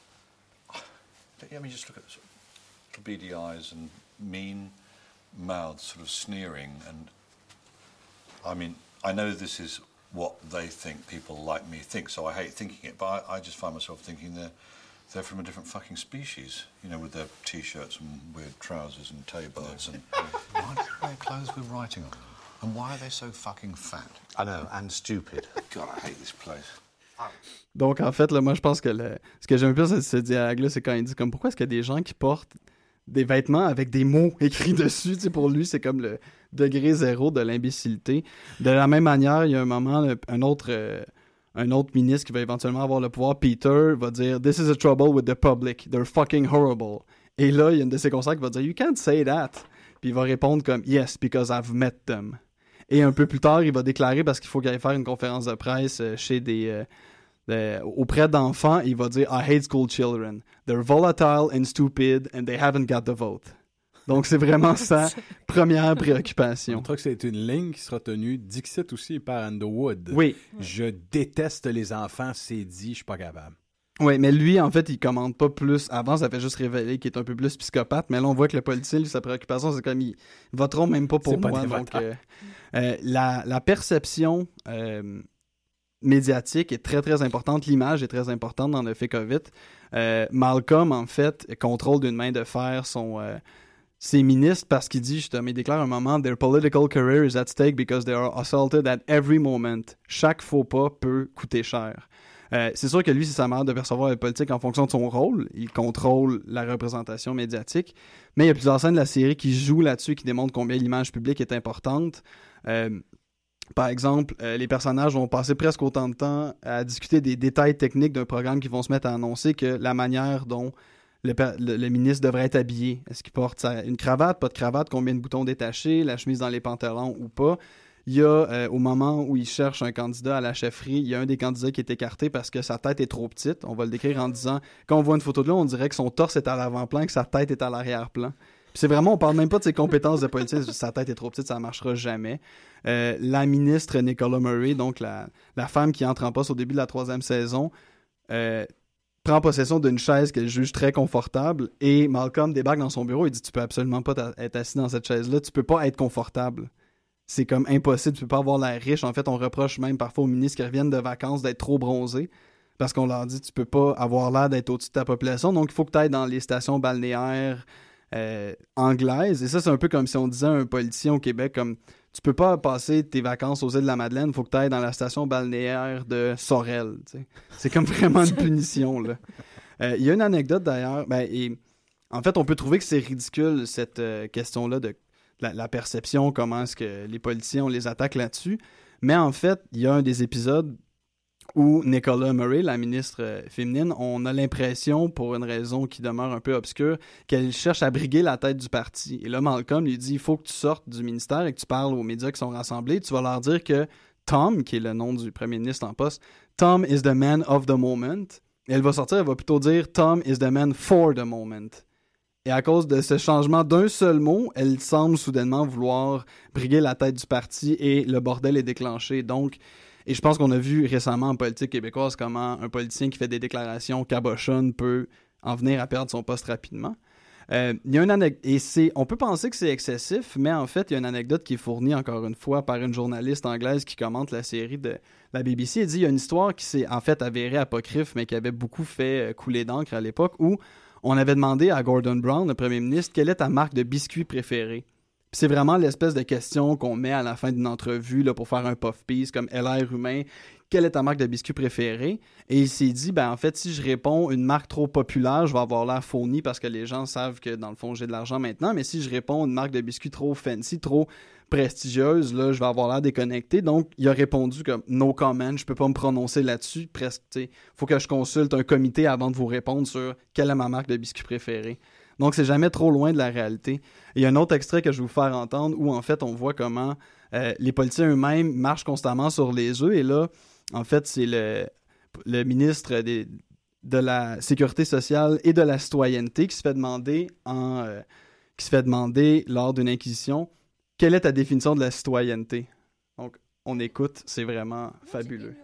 I mean, just look at sort of little beady eyes and mean mouths sort of sneering. And, I mean, I know this is what they think people like me think, so I hate thinking it, but I just find myself thinking they're from a different fucking species, you know, with their T-shirts and weird trousers and tailboards. And why do they wear clothes with writing on them? And why are they so fucking fat? I know, and stupid. God, I hate this place. Donc, en fait, là, moi, je pense que ce que j'aime plus de ce dialogue-là, c'est quand il dit comme pourquoi est-ce qu'il y a des gens qui portent des vêtements avec des mots écrits dessus. Tu sais, pour lui, c'est comme le degré zéro de l'imbécilité. De la même manière, il y a un moment, un autre ministre qui va éventuellement avoir le pouvoir, Peter, va dire « This is a trouble with the public. They're fucking horrible. » Et là, il y a une de ses conseillers qui va dire « You can't say that. » Puis il va répondre comme « Yes, because I've met them. » Et un peu plus tard, il va déclarer, parce qu'il faut qu'il aille faire une conférence de presse auprès d'enfants, il va dire « I hate school children. They're volatile and stupid and they haven't got the vote. » Donc, c'est vraiment sa première préoccupation. Je crois que c'est une ligne qui sera tenue Dixit aussi par Underwood. Oui. Je déteste les enfants, c'est dit, je suis pas capable. Oui, mais lui, en fait, il commande pas plus. Avant, ça fait juste révéler qu'il est un peu plus psychopathe, mais là, on voit que le politicien, lui, sa préoccupation, c'est comme ils voteront même pas pour moi. Donc, la perception médiatique est très, très importante. L'image est très importante dans le Thick of It. Malcolm, en fait, contrôle d'une main de fer ses ministres parce qu'il dit justement, il déclare un moment « Their political career is at stake because they are assaulted at every moment. Chaque faux pas peut coûter cher. » C'est sûr que lui, c'est sa manière de percevoir la politique en fonction de son rôle. Il contrôle la représentation médiatique. Mais il y a plusieurs scènes de la série qui jouent là-dessus, qui démontrent combien l'image publique est importante. Par exemple, les personnages vont passer presque autant de temps à discuter des détails techniques d'un programme qu'ils vont se mettre à annoncer que la manière dont le ministre devrait être habillé. Est-ce qu'il porte une cravate, pas de cravate, combien de boutons détachés, la chemise dans les pantalons ou pas. Il y a, au moment où il cherche un candidat à la chefferie, il y a un des candidats qui est écarté parce que sa tête est trop petite. On va le décrire en disant, quand on voit une photo de lui, on dirait que son torse est à l'avant-plan et que sa tête est à l'arrière-plan. Puis c'est vraiment, on parle même pas de ses compétences de politicien, sa tête est trop petite, ça marchera jamais. La ministre Nicola Murray, donc la femme qui entre en poste au début de la 3e saison, prend possession d'une chaise qu'elle juge très confortable et Malcolm débarque dans son bureau et dit « Tu peux absolument pas être assis dans cette chaise-là, tu peux pas être confortable. » C'est comme impossible, tu peux pas avoir l'air riche. En fait, on reproche même parfois aux ministres qui reviennent de vacances d'être trop bronzés parce qu'on leur dit tu peux pas avoir l'air d'être au-dessus de ta population, donc il faut que tu ailles dans les stations balnéaires anglaises. Et ça, c'est un peu comme si on disait à un politicien au Québec comme tu peux pas passer tes vacances aux îles de la Madeleine, il faut que tu ailles dans la station balnéaire de Sorel. T'sais. C'est comme vraiment une punition, là. Il y a une anecdote d'ailleurs, et en fait, on peut trouver que c'est ridicule cette question-là de la perception, comment est-ce que les politiciens, on les attaque là-dessus. Mais en fait, il y a un des épisodes où Nicola Murray, la ministre féminine, on a l'impression, pour une raison qui demeure un peu obscure, qu'elle cherche à briguer la tête du parti. Et là, Malcolm lui dit, il faut que tu sortes du ministère et que tu parles aux médias qui sont rassemblés. Tu vas leur dire que Tom, qui est le nom du premier ministre en poste, Tom is the man of the moment. Et elle va sortir, elle va plutôt dire Tom is the man for the moment. Et à cause de ce changement d'un seul mot, elle semble soudainement vouloir briguer la tête du parti et le bordel est déclenché. Donc, et je pense qu'on a vu récemment en politique québécoise comment un politicien qui fait des déclarations cabochonnes peut en venir à perdre son poste rapidement. Il y a une anecdote, et on peut penser que c'est excessif, mais en fait, il y a une anecdote qui est fournie encore une fois par une journaliste anglaise qui commente la série de la BBC. Elle dit il y a une histoire qui s'est en fait avérée apocryphe, mais qui avait beaucoup fait couler d'encre à l'époque, où on avait demandé à Gordon Brown, le premier ministre, quelle est ta marque de biscuit préférée? Puis c'est vraiment l'espèce de question qu'on met à la fin d'une entrevue là, pour faire un puff piece, comme LR humain, quelle est ta marque de biscuit préférée? Et il s'est dit, en fait, si je réponds une marque trop populaire, je vais avoir l'air phony parce que les gens savent que, dans le fond, j'ai de l'argent maintenant. Mais si je réponds une marque de biscuit trop fancy, trop prestigieuse, là, je vais avoir l'air déconnecté. Donc, il a répondu comme « no comment », je peux pas me prononcer là-dessus. Presque, tu sais, faut que je consulte un comité avant de vous répondre sur quelle est ma marque de biscuit préférée. Donc, c'est jamais trop loin de la réalité. Et il y a un autre extrait que je vais vous faire entendre où, en fait, on voit comment les politiciens eux-mêmes marchent constamment sur les œufs. Et là, en fait, c'est le ministre de la Sécurité sociale et de la citoyenneté qui se fait demander lors d'une inquisition quelle est ta définition de la citoyenneté. Donc, on écoute, c'est vraiment fabuleux.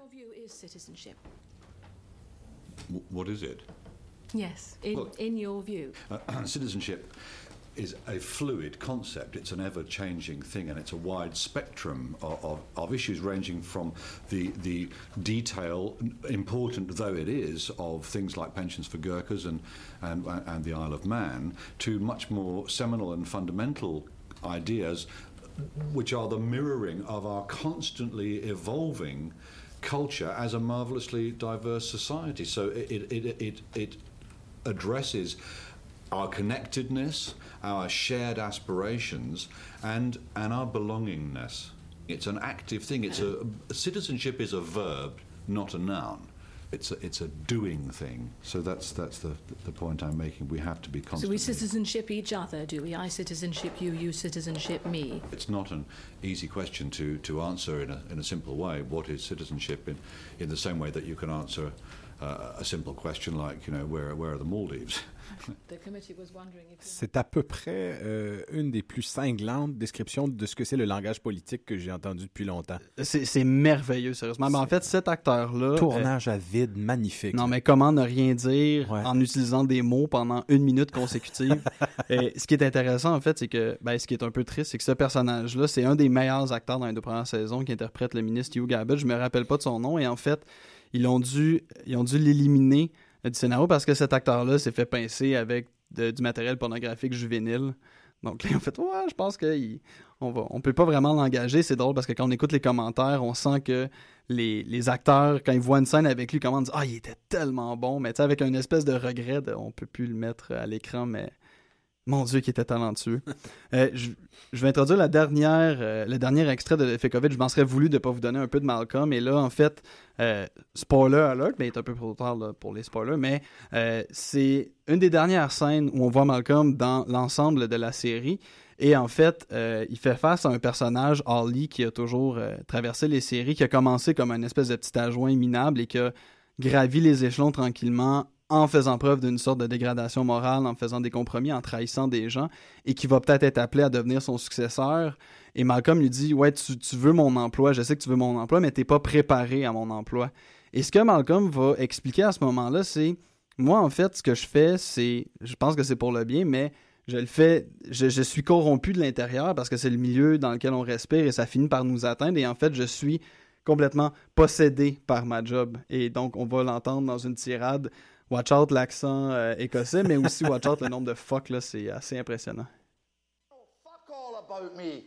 What is it? Yes, in your view. Citizenship is a fluid concept. It's an ever-changing thing, and it's a wide spectrum of issues ranging from the detail, important though it is, of things like pensions for Gurkhas and the Isle of Man, to much more seminal and fundamental ideas, which are the mirroring of our constantly evolving culture as a marvelously diverse society. So it addresses our connectedness, our shared aspirations, and our belongingness. It's an active thing. Citizenship is a verb, not a noun. It's a doing thing. So that's the point I'm making. We have to be constantly. So we citizenship each other, do we? I citizenship you, you citizenship me. It's not an easy question to answer in a simple way. What is citizenship in the same way that you can answer a simple question like, where are the Maldives? C'est à peu près une des plus cinglantes descriptions de ce que c'est le langage politique que j'ai entendu depuis longtemps. C'est merveilleux, sérieusement. Mais en fait, cet acteur-là... Tournage à vide, magnifique. Non, mais comment ne rien dire en utilisant des mots pendant 1 minute consécutive? Ce qui est intéressant, en fait, c'est que... ce qui est un peu triste, c'est que ce personnage-là, c'est un des meilleurs acteurs dans les 2 premières saisons qui interprète le ministre Hugh Gabbard. Je me rappelle pas de son nom. Et en fait, ils ont dû l'éliminer du scénario parce que cet acteur-là s'est fait pincer avec du matériel pornographique juvénile. Donc là, en fait, je pense qu'on peut pas vraiment l'engager. C'est drôle parce que quand on écoute les commentaires, on sent que les acteurs, quand ils voient une scène avec lui, comment dire « il était tellement bon », mais tu sais, avec une espèce de regret, on peut plus le mettre à l'écran, mais Mon Dieu, qui était talentueux. Je vais introduire le dernier extrait de l'effet COVID. Je m'en serais voulu de ne pas vous donner un peu de Malcolm. Et là, en fait, spoiler alert, mais il est un peu trop tard là, pour les spoilers, mais c'est une des dernières scènes où on voit Malcolm dans l'ensemble de la série. Et en fait, il fait face à un personnage, Ollie, qui a toujours traversé les séries, qui a commencé comme un espèce de petit adjoint minable et qui a gravi les échelons tranquillement en faisant preuve d'une sorte de dégradation morale, en faisant des compromis, en trahissant des gens, et qui va peut-être être appelé à devenir son successeur. Et Malcolm lui dit « Ouais, tu veux mon emploi, je sais que tu veux mon emploi, mais t'es pas préparé à mon emploi. » Et ce que Malcolm va expliquer à ce moment-là, c'est « Moi, en fait, ce que je fais, c'est... Je pense que c'est pour le bien, mais je le fais... Je suis corrompu de l'intérieur parce que c'est le milieu dans lequel on respire et ça finit par nous atteindre. Et en fait, je suis complètement possédé par ma job. » Et donc, on va l'entendre dans une tirade. Watch out l'accent écossais, mais aussi watch out le nombre de fuck, là, c'est assez impressionnant. Fuck all about me.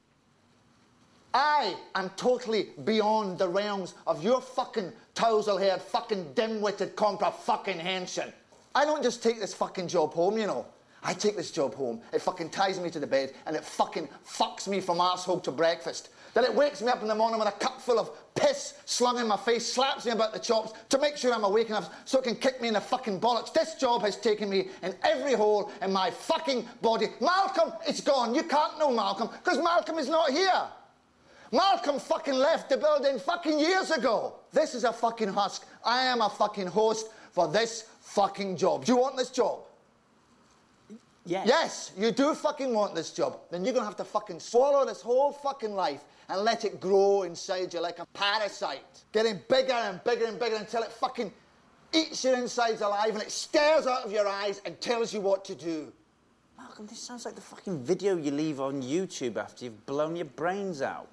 I am totally beyond the realms of your fucking tousle-haired, fucking dim-witted fucking-hension. I don't just take this fucking job home, you know. I take this job home, it fucking ties me to the bed, and it fucking fucks me from arsehole to breakfast. Then it wakes me up in the morning with a cup full of piss slung in my face, slaps me about the chops to make sure I'm awake enough so it can kick me in the fucking bollocks. This job has taken me in every hole in my fucking body. Malcolm, it's gone. You can't know Malcolm because Malcolm is not here. Malcolm fucking left the building fucking years ago. This is a fucking husk. I am a fucking host for this fucking job. Do you want this job? Yes. Yes, you do fucking want this job. Then you're gonna have to fucking swallow this whole fucking life and let it grow inside you like a parasite. Getting bigger and bigger and bigger until it fucking eats your insides alive and it stares out of your eyes and tells you what to do. Malcolm, this sounds like the fucking video you leave on YouTube after you've blown your brains out.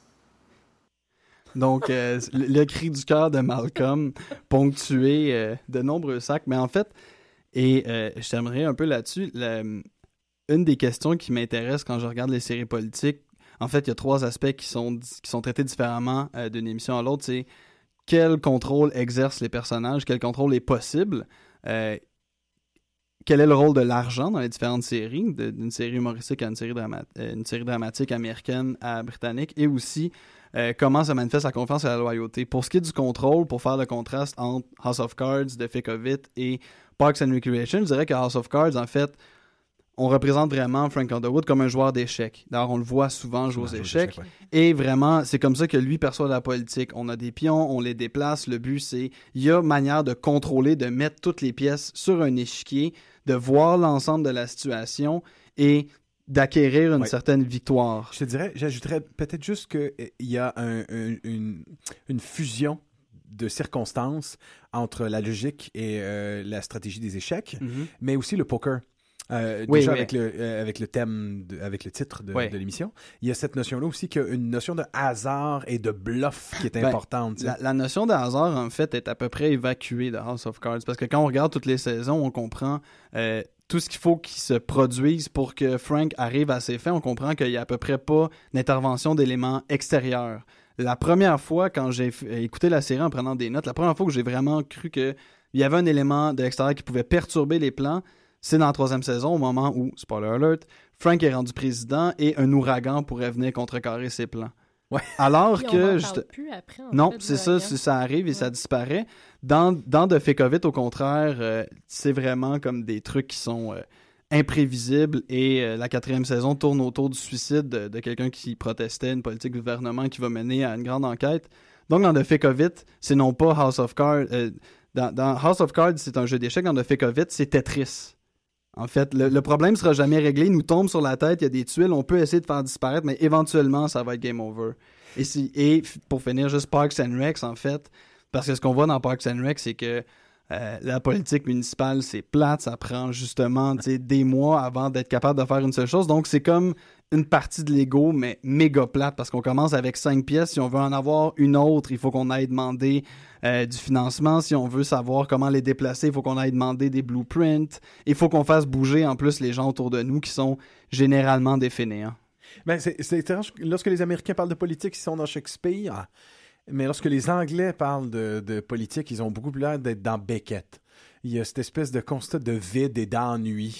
Donc, le cri du cœur de Malcolm, ponctué de nombreux sacs. Mais en fait, et je terminerai un peu là-dessus, une des questions qui m'intéresse quand je regarde les séries politiques, en fait, il y a 3 aspects qui sont traités différemment d'une émission à l'autre. C'est quel contrôle exercent les personnages, quel contrôle est possible, quel est le rôle de l'argent dans les différentes séries, d'une série humoristique à une série dramatique américaine à britannique, et aussi comment ça manifeste la confiance et la loyauté. Pour ce qui est du contrôle, pour faire le contraste entre House of Cards, The Thick of It et Parks and Recreation, je dirais que House of Cards, en fait, on représente vraiment Frank Underwood comme un joueur d'échecs. D'ailleurs, on le voit souvent jouer aux échecs. Ouais. Et vraiment, c'est comme ça que lui perçoit la politique. On a des pions, on les déplace. Le but, c'est... Il y a manière de contrôler, de mettre toutes les pièces sur un échiquier, de voir l'ensemble de la situation et d'acquérir une certaine victoire. Je te dirais, j'ajouterais peut-être juste qu'il y a une fusion de circonstances entre la logique et la stratégie des échecs, mais aussi le poker. Déjà avec le thème, avec le titre de l'émission, il y a cette notion-là aussi qu'il y a une notion de hasard et de bluff qui est importante. La notion de hasard, en fait, est à peu près évacuée de House of Cards, parce que quand on regarde toutes les saisons, on comprend tout ce qu'il faut qu'il se produise pour que Frank arrive à ses fins. On comprend qu'il n'y a à peu près pas d'intervention d'éléments extérieurs. La première fois, quand j'ai écouté la série en prenant des notes, la première fois que j'ai vraiment cru qu'il y avait un élément de l'extérieur qui pouvait perturber les plans, c'est dans la 3e saison, au moment où, spoiler alert, Frank est rendu président et un ouragan pourrait venir contrecarrer ses plans. Ouais. Alors puis que... on n'en parle plus après, non, c'est ça arrive et ça disparaît. Dans The Thick of It, au contraire, c'est vraiment comme des trucs qui sont imprévisibles et la 4e saison tourne autour du suicide de quelqu'un qui protestait une politique du gouvernement qui va mener à une grande enquête. Donc, dans The Thick of It, c'est non pas House of Cards... Dans House of Cards, c'est un jeu d'échecs. Dans The Thick of It, c'est Tetris. En fait, le problème sera jamais réglé. Il nous tombe sur la tête, il y a des tuiles, on peut essayer de faire disparaître, mais éventuellement, ça va être game over. Et pour finir, juste Parks and Rec, en fait, parce que ce qu'on voit dans Parks and Rec, c'est que la politique municipale, c'est plate, ça prend justement des mois avant d'être capable de faire une seule chose. Donc, c'est comme une partie de Lego, mais méga plate, parce qu'on commence avec 5 pièces. Si on veut en avoir une autre, il faut qu'on aille demander du financement. Si on veut savoir comment les déplacer, il faut qu'on aille demander des blueprints. Il faut qu'on fasse bouger, en plus, les gens autour de nous qui sont généralement des fainéants. Ben, c'est étrange. Lorsque les Américains parlent de politique, ils sont dans Shakespeare. Mais lorsque les Anglais parlent de politique, ils ont beaucoup plus l'air d'être dans Beckett. Il y a cette espèce de constat de vide et d'ennui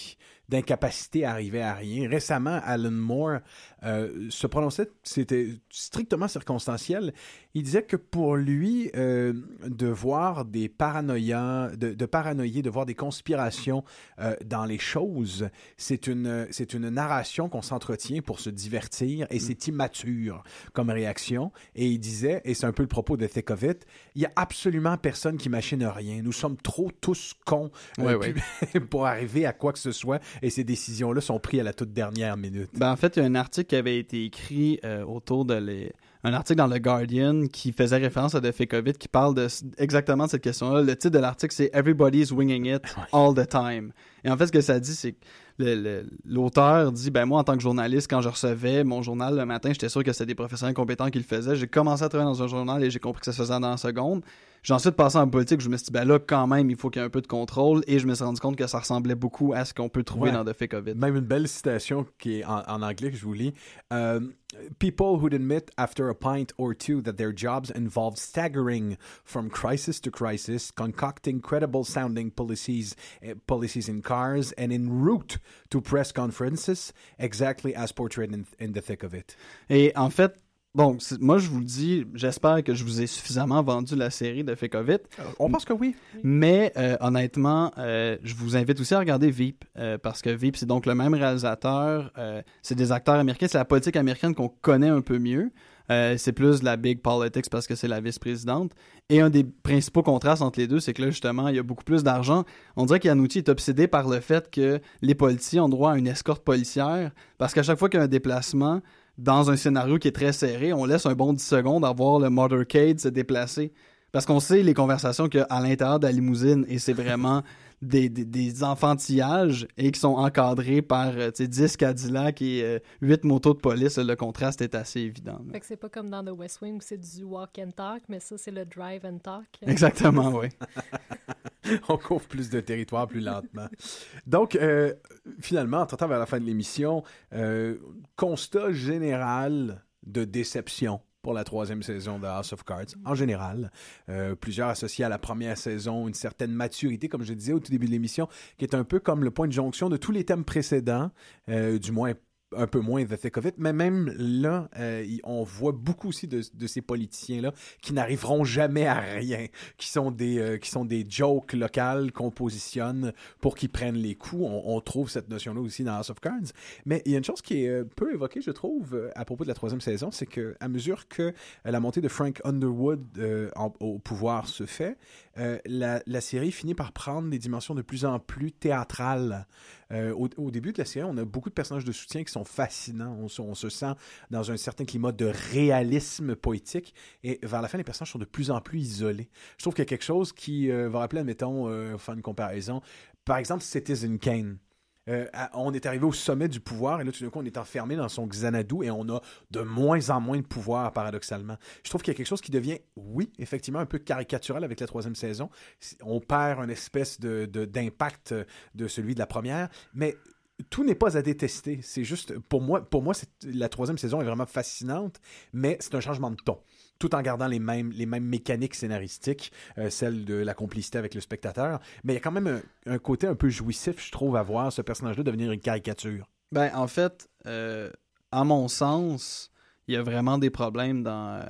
d'incapacité à arriver à rien. Récemment, Alan Moore se prononçait, c'était strictement circonstanciel. Il disait que pour lui, de voir des paranoïas, de paranoïer, de voir des conspirations dans les choses, c'est une narration qu'on s'entretient pour se divertir et c'est immature comme réaction. Et il disait, et c'est un peu le propos de Thick of It, il n'y a absolument personne qui machine rien. Nous sommes trop tous cons pour arriver à quoi que ce soit et ces décisions-là sont prises à la toute dernière minute. En fait, il y a un article qui avait été écrit autour de un article dans le Guardian qui faisait référence à The Thick of It qui parle exactement de cette question-là. Le titre de l'article, c'est « Everybody's winging it all the time ». Et en fait, ce que ça dit, c'est que l'auteur dit, moi, en tant que journaliste, quand je recevais mon journal le matin, j'étais sûr que c'était des professionnels compétents qui le faisaient. J'ai commencé à travailler dans un journal et j'ai compris que ça se faisait dans la seconde. J'ai ensuite passé en politique, je me suis dit, là, quand même, il faut qu'il y ait un peu de contrôle et je me suis rendu compte que ça ressemblait beaucoup à ce qu'on peut trouver dans The Thick of It. Même une belle citation qui est en anglais que je vous lis. People who'd admit after a pint or two that their jobs involve staggering from crisis to crisis, concocting credible-sounding policies in cars, and en route to press conferences, exactly as portrayed in The Thick of It. Et en fait, moi, je vous le dis, j'espère que je vous ai suffisamment vendu la série de Thick of It. On pense que oui. Mais honnêtement, je vous invite aussi à regarder Veep, parce que Veep, c'est donc le même réalisateur. C'est des acteurs américains. C'est la politique américaine qu'on connaît un peu mieux. C'est plus de la big politics parce que c'est la vice-présidente. Et un des principaux contrastes entre les deux, c'est que là, justement, il y a beaucoup plus d'argent. On dirait qu'Iannucci est obsédé par le fait que les politiciens ont droit à une escorte policière, parce qu'à chaque fois qu'il y a un déplacement, dans un scénario qui est très serré, on laisse un bon 10 secondes à voir le motorcade se déplacer. Parce qu'on sait les conversations qu'il y a à l'intérieur de la limousine et c'est vraiment des enfantillages et qui sont encadrés par 10 Cadillac et 8 motos de police. Le contraste est assez évident. Fait que c'est pas comme dans The West Wing où c'est du walk and talk, mais ça, c'est le drive and talk. Exactement, oui. On couvre plus de territoire plus lentement. Donc, finalement, en tentant vers la fin de l'émission, constat général de déception pour la 3e saison de House of Cards. En général, plusieurs associés à la première saison une certaine maturité, comme je disais au tout début de l'émission, qui est un peu comme le point de jonction de tous les thèmes précédents, du moins un peu moins The Thick of It, mais même là, on voit beaucoup aussi de ces politiciens-là qui n'arriveront jamais à rien, qui sont des jokes locales qu'on positionne pour qu'ils prennent les coups. On trouve cette notion-là aussi dans House of Cards. Mais il y a une chose qui est peu évoquée, je trouve, à propos de la 3e saison, c'est qu'à mesure que la montée de Frank Underwood au pouvoir se fait, la série finit par prendre des dimensions de plus en plus théâtrales. Au début de la série, on a beaucoup de personnages de soutien qui sont fascinants. On se sent dans un certain climat de réalisme poétique. Et vers la fin, les personnages sont de plus en plus isolés. Je trouve qu'il y a quelque chose qui va rappeler, admettons, faire une comparaison. Par exemple, Citizen Kane. On est arrivé au sommet du pouvoir et là, tout d'un coup, on est enfermé dans son Xanadu et on a de moins en moins de pouvoir, paradoxalement. Je trouve qu'il y a quelque chose qui devient, oui, effectivement, un peu caricatural avec la 3e saison. On perd une espèce d'impact de celui de la première, mais tout n'est pas à détester. C'est juste, pour moi la 3e saison est vraiment fascinante, mais c'est un changement de ton, tout en gardant les mêmes mécaniques scénaristiques, celle de la complicité avec le spectateur. Mais il y a quand même un côté un peu jouissif, je trouve, à voir ce personnage-là devenir une caricature. En fait, à mon sens, il y a vraiment des problèmes dans...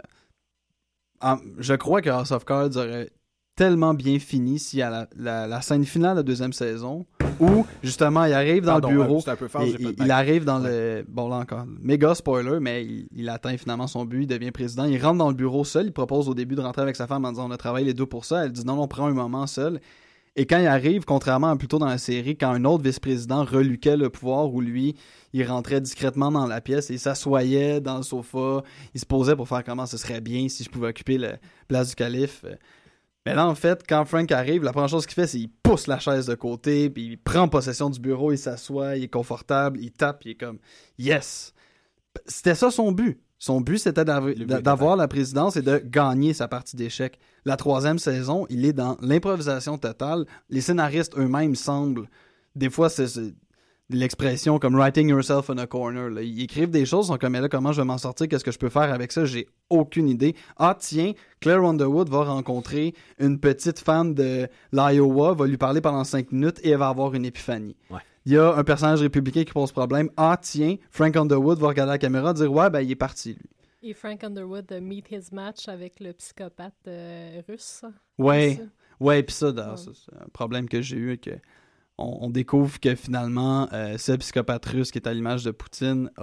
je crois que House of Cards aurait tellement bien fini si à la scène finale de la 2e saison, où justement il arrive dans le bureau, il arrive dans le... Bon là encore, méga spoiler, mais il atteint finalement son but, il devient président, il rentre dans le bureau seul, il propose au début de rentrer avec sa femme en disant on a travaillé les deux pour ça, elle dit non, on prend un moment seul. Et quand il arrive, contrairement à plus tôt dans la série, quand un autre vice-président reluquait le pouvoir, où lui, il rentrait discrètement dans la pièce et il s'assoyait dans le sofa, il se posait pour faire comment ce serait bien si je pouvais occuper la place du calife. Mais là, en fait, quand Frank arrive, la première chose qu'il fait, c'est qu'il pousse la chaise de côté, puis il prend possession du bureau, il s'assoit, il est confortable, il tape, il est comme « Yes! » C'était ça son but. Son but, c'était d'avoir la présidence et de gagner sa partie d'échecs. La 3e saison, il est dans l'improvisation totale. Les scénaristes eux-mêmes semblent... Des fois, c'est l'expression comme « writing yourself in a corner ». Là. Ils écrivent des choses, ils sont comme « Mais là, comment je vais m'en sortir? Qu'est-ce que je peux faire avec ça? J'ai aucune idée. Ah, tiens, Claire Underwood va rencontrer une petite fan de l'Iowa, va lui parler pendant 5 minutes et elle va avoir une épiphanie. » Ouais. il y a un personnage républicain qui pose problème. Ah, tiens, Frank Underwood va regarder la caméra et dire « Ouais, ben, il est parti, lui. » Et Frank Underwood meet his match avec le psychopathe russe. Ouais, puis ça, c'est un problème que j'ai eu, que on découvre que finalement, ce psychopathe russe qui est à l'image de Poutine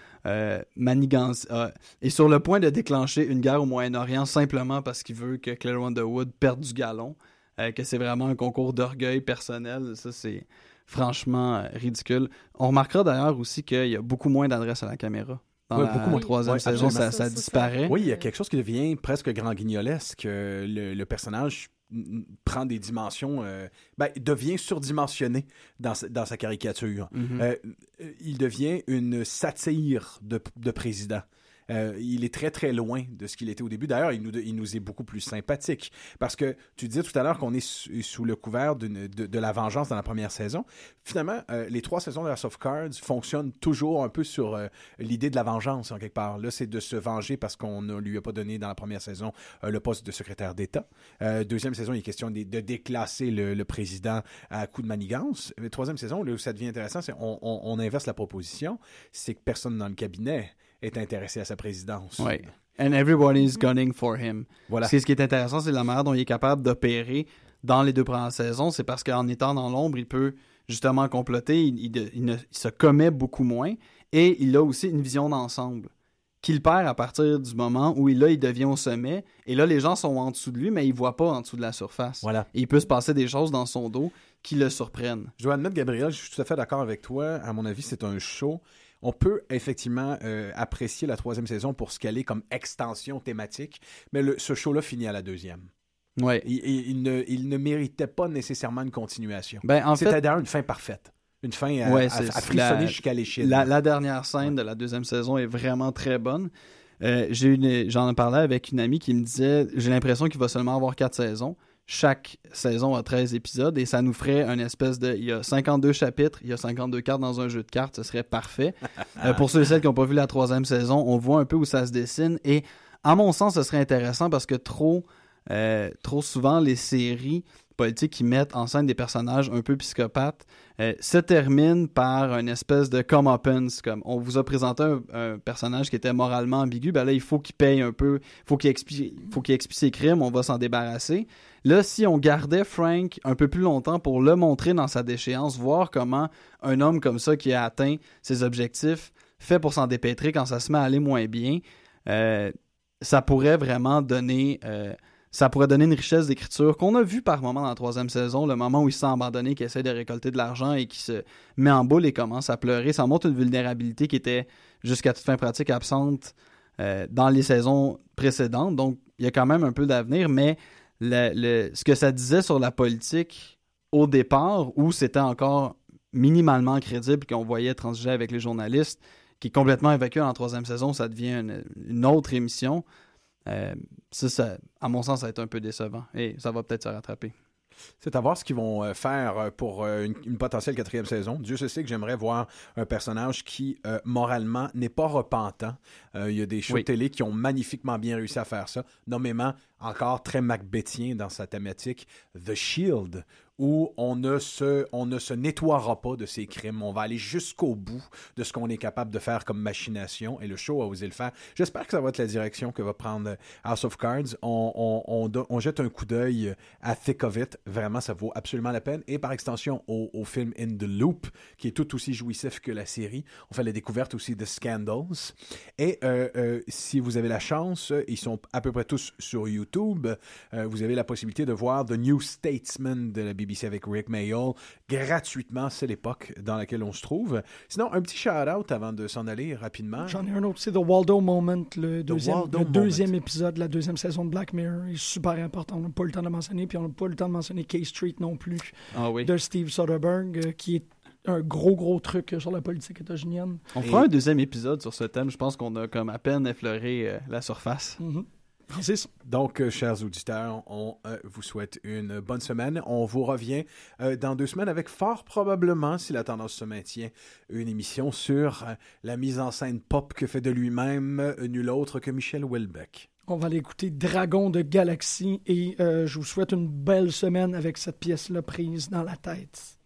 est sur le point de déclencher une guerre au Moyen-Orient simplement parce qu'il veut que Claire Underwood perde du galon, que c'est vraiment un concours d'orgueil personnel. Ça, c'est franchement ridicule. On remarquera d'ailleurs aussi qu'il y a beaucoup moins d'adresse à la caméra. Dans la troisième saison, ça disparaît. Oui, il y a quelque chose qui devient presque grand guignolesque. Le personnage prend des dimensions, devient surdimensionné dans sa caricature. Mm-hmm. Il devient une satire de président. Il est très, très loin de ce qu'il était au début. D'ailleurs, il nous est beaucoup plus sympathique. Parce que tu disais tout à l'heure qu'on est sous le couvert de la vengeance dans la première saison. Finalement, les 3 saisons de House of Cards fonctionnent toujours un peu sur l'idée de la vengeance, en quelque part. Là, c'est de se venger parce qu'on ne lui a pas donné dans la première saison le poste de secrétaire d'État. Deuxième saison, il est question de déclasser le président à coup de manigance. Troisième saison, là où ça devient intéressant, c'est on inverse la proposition. C'est que personne dans le cabinet est intéressé à sa présidence. Oui. And everybody's gunning for him. Voilà. Ce qui est intéressant, c'est la manière dont il est capable d'opérer dans les 2 premières saisons. C'est parce qu'en étant dans l'ombre, il peut justement comploter. Il se commet beaucoup moins. Et il a aussi une vision d'ensemble qu'il perd à partir du moment où il devient au sommet. Et là, les gens sont en dessous de lui, mais il ne voit pas en dessous de la surface. Voilà. Et il peut se passer des choses dans son dos qui le surprennent. Je dois admettre, Gabriel, je suis tout à fait d'accord avec toi. À mon avis, c'est un show. On peut effectivement apprécier la 3e saison pour ce qu'elle est comme extension thématique, mais ce show-là finit à la 2e. Ouais. Il ne méritait pas nécessairement une continuation. C'était d'ailleurs une fin parfaite. Une fin à frissonner jusqu'à l'échine. La dernière scène de la 2e saison est vraiment très bonne. J'en ai parlé avec une amie qui me disait « J'ai l'impression qu'il va seulement avoir 4 saisons. » Chaque saison a 13 épisodes et ça nous ferait une espèce de... Il y a 52 chapitres, il y a 52 cartes dans un jeu de cartes, ce serait parfait. Pour ceux et celles qui n'ont pas vu la 3e saison, on voit un peu où ça se dessine et à mon sens, ce serait intéressant parce que trop souvent, les séries politiques qui mettent en scène des personnages un peu psychopathes se terminent par une espèce de comeuppance, comme on vous a présenté un personnage qui était moralement ambigu, ben là il faut qu'il paye un peu, faut qu'il expie ses crimes, on va s'en débarrasser. Là, si on gardait Frank un peu plus longtemps pour le montrer dans sa déchéance, voir comment un homme comme ça qui a atteint ses objectifs fait pour s'en dépêtrer quand ça se met à aller moins bien, ça pourrait vraiment donner... ça pourrait donner une richesse d'écriture qu'on a vu par moment dans la 3e saison, le moment où il se sent abandonné, qu'il essaie de récolter de l'argent et qui se met en boule et commence à pleurer. Ça montre une vulnérabilité qui était jusqu'à toute fin pratique absente dans les saisons précédentes. Donc, il y a quand même un peu d'avenir, mais ce que ça disait sur la politique au départ, où c'était encore minimalement crédible, qu'on voyait transiger avec les journalistes, qui est complètement évacué en 3e saison, ça devient une autre émission. Ça, à mon sens, ça va être un peu décevant et ça va peut-être se rattraper. C'est à voir ce qu'ils vont faire pour une potentielle 4e saison. Dieu sait que j'aimerais voir un personnage qui, moralement, n'est pas repentant. Il y a des shows de télé qui ont magnifiquement bien réussi à faire ça, nommément encore très macbethien dans sa thématique, The Shield, où on ne se nettoiera pas de ses crimes. On va aller jusqu'au bout de ce qu'on est capable de faire comme machination, et le show a osé le faire. J'espère que ça va être la direction que va prendre House of Cards. On jette un coup d'œil à Thick of It. Vraiment, ça vaut absolument la peine. Et par extension, au film In the Loop, qui est tout aussi jouissif que la série. On fait la découverte aussi de Scandals. Et si vous avez la chance, ils sont à peu près tous sur YouTube. Vous avez la possibilité de voir The New Statesman de la BBC avec Rick Mayall gratuitement. C'est l'époque dans laquelle on se trouve. Sinon, un petit shout-out avant de s'en aller rapidement. J'en ai un autre, c'est The Waldo Moment, le deuxième épisode de la 2e saison de Black Mirror. Il est super important. On n'a pas eu le temps de mentionner, puis on n'a pas eu le temps de mentionner K-Street non plus, de Steve Soderbergh, qui est un gros truc sur la politique états-unienne. On fera un 2e épisode sur ce thème. Je pense qu'on a comme à peine effleuré la surface. Mm-hmm. Francis. Donc, chers auditeurs, on vous souhaite une bonne semaine. On vous revient dans 2 semaines avec fort probablement, si la tendance se maintient, une émission sur la mise en scène pop que fait de lui-même nul autre que Michel Houellebecq. On va aller écouter Dragon de Galaxy et je vous souhaite une belle semaine avec cette pièce-là prise dans la tête.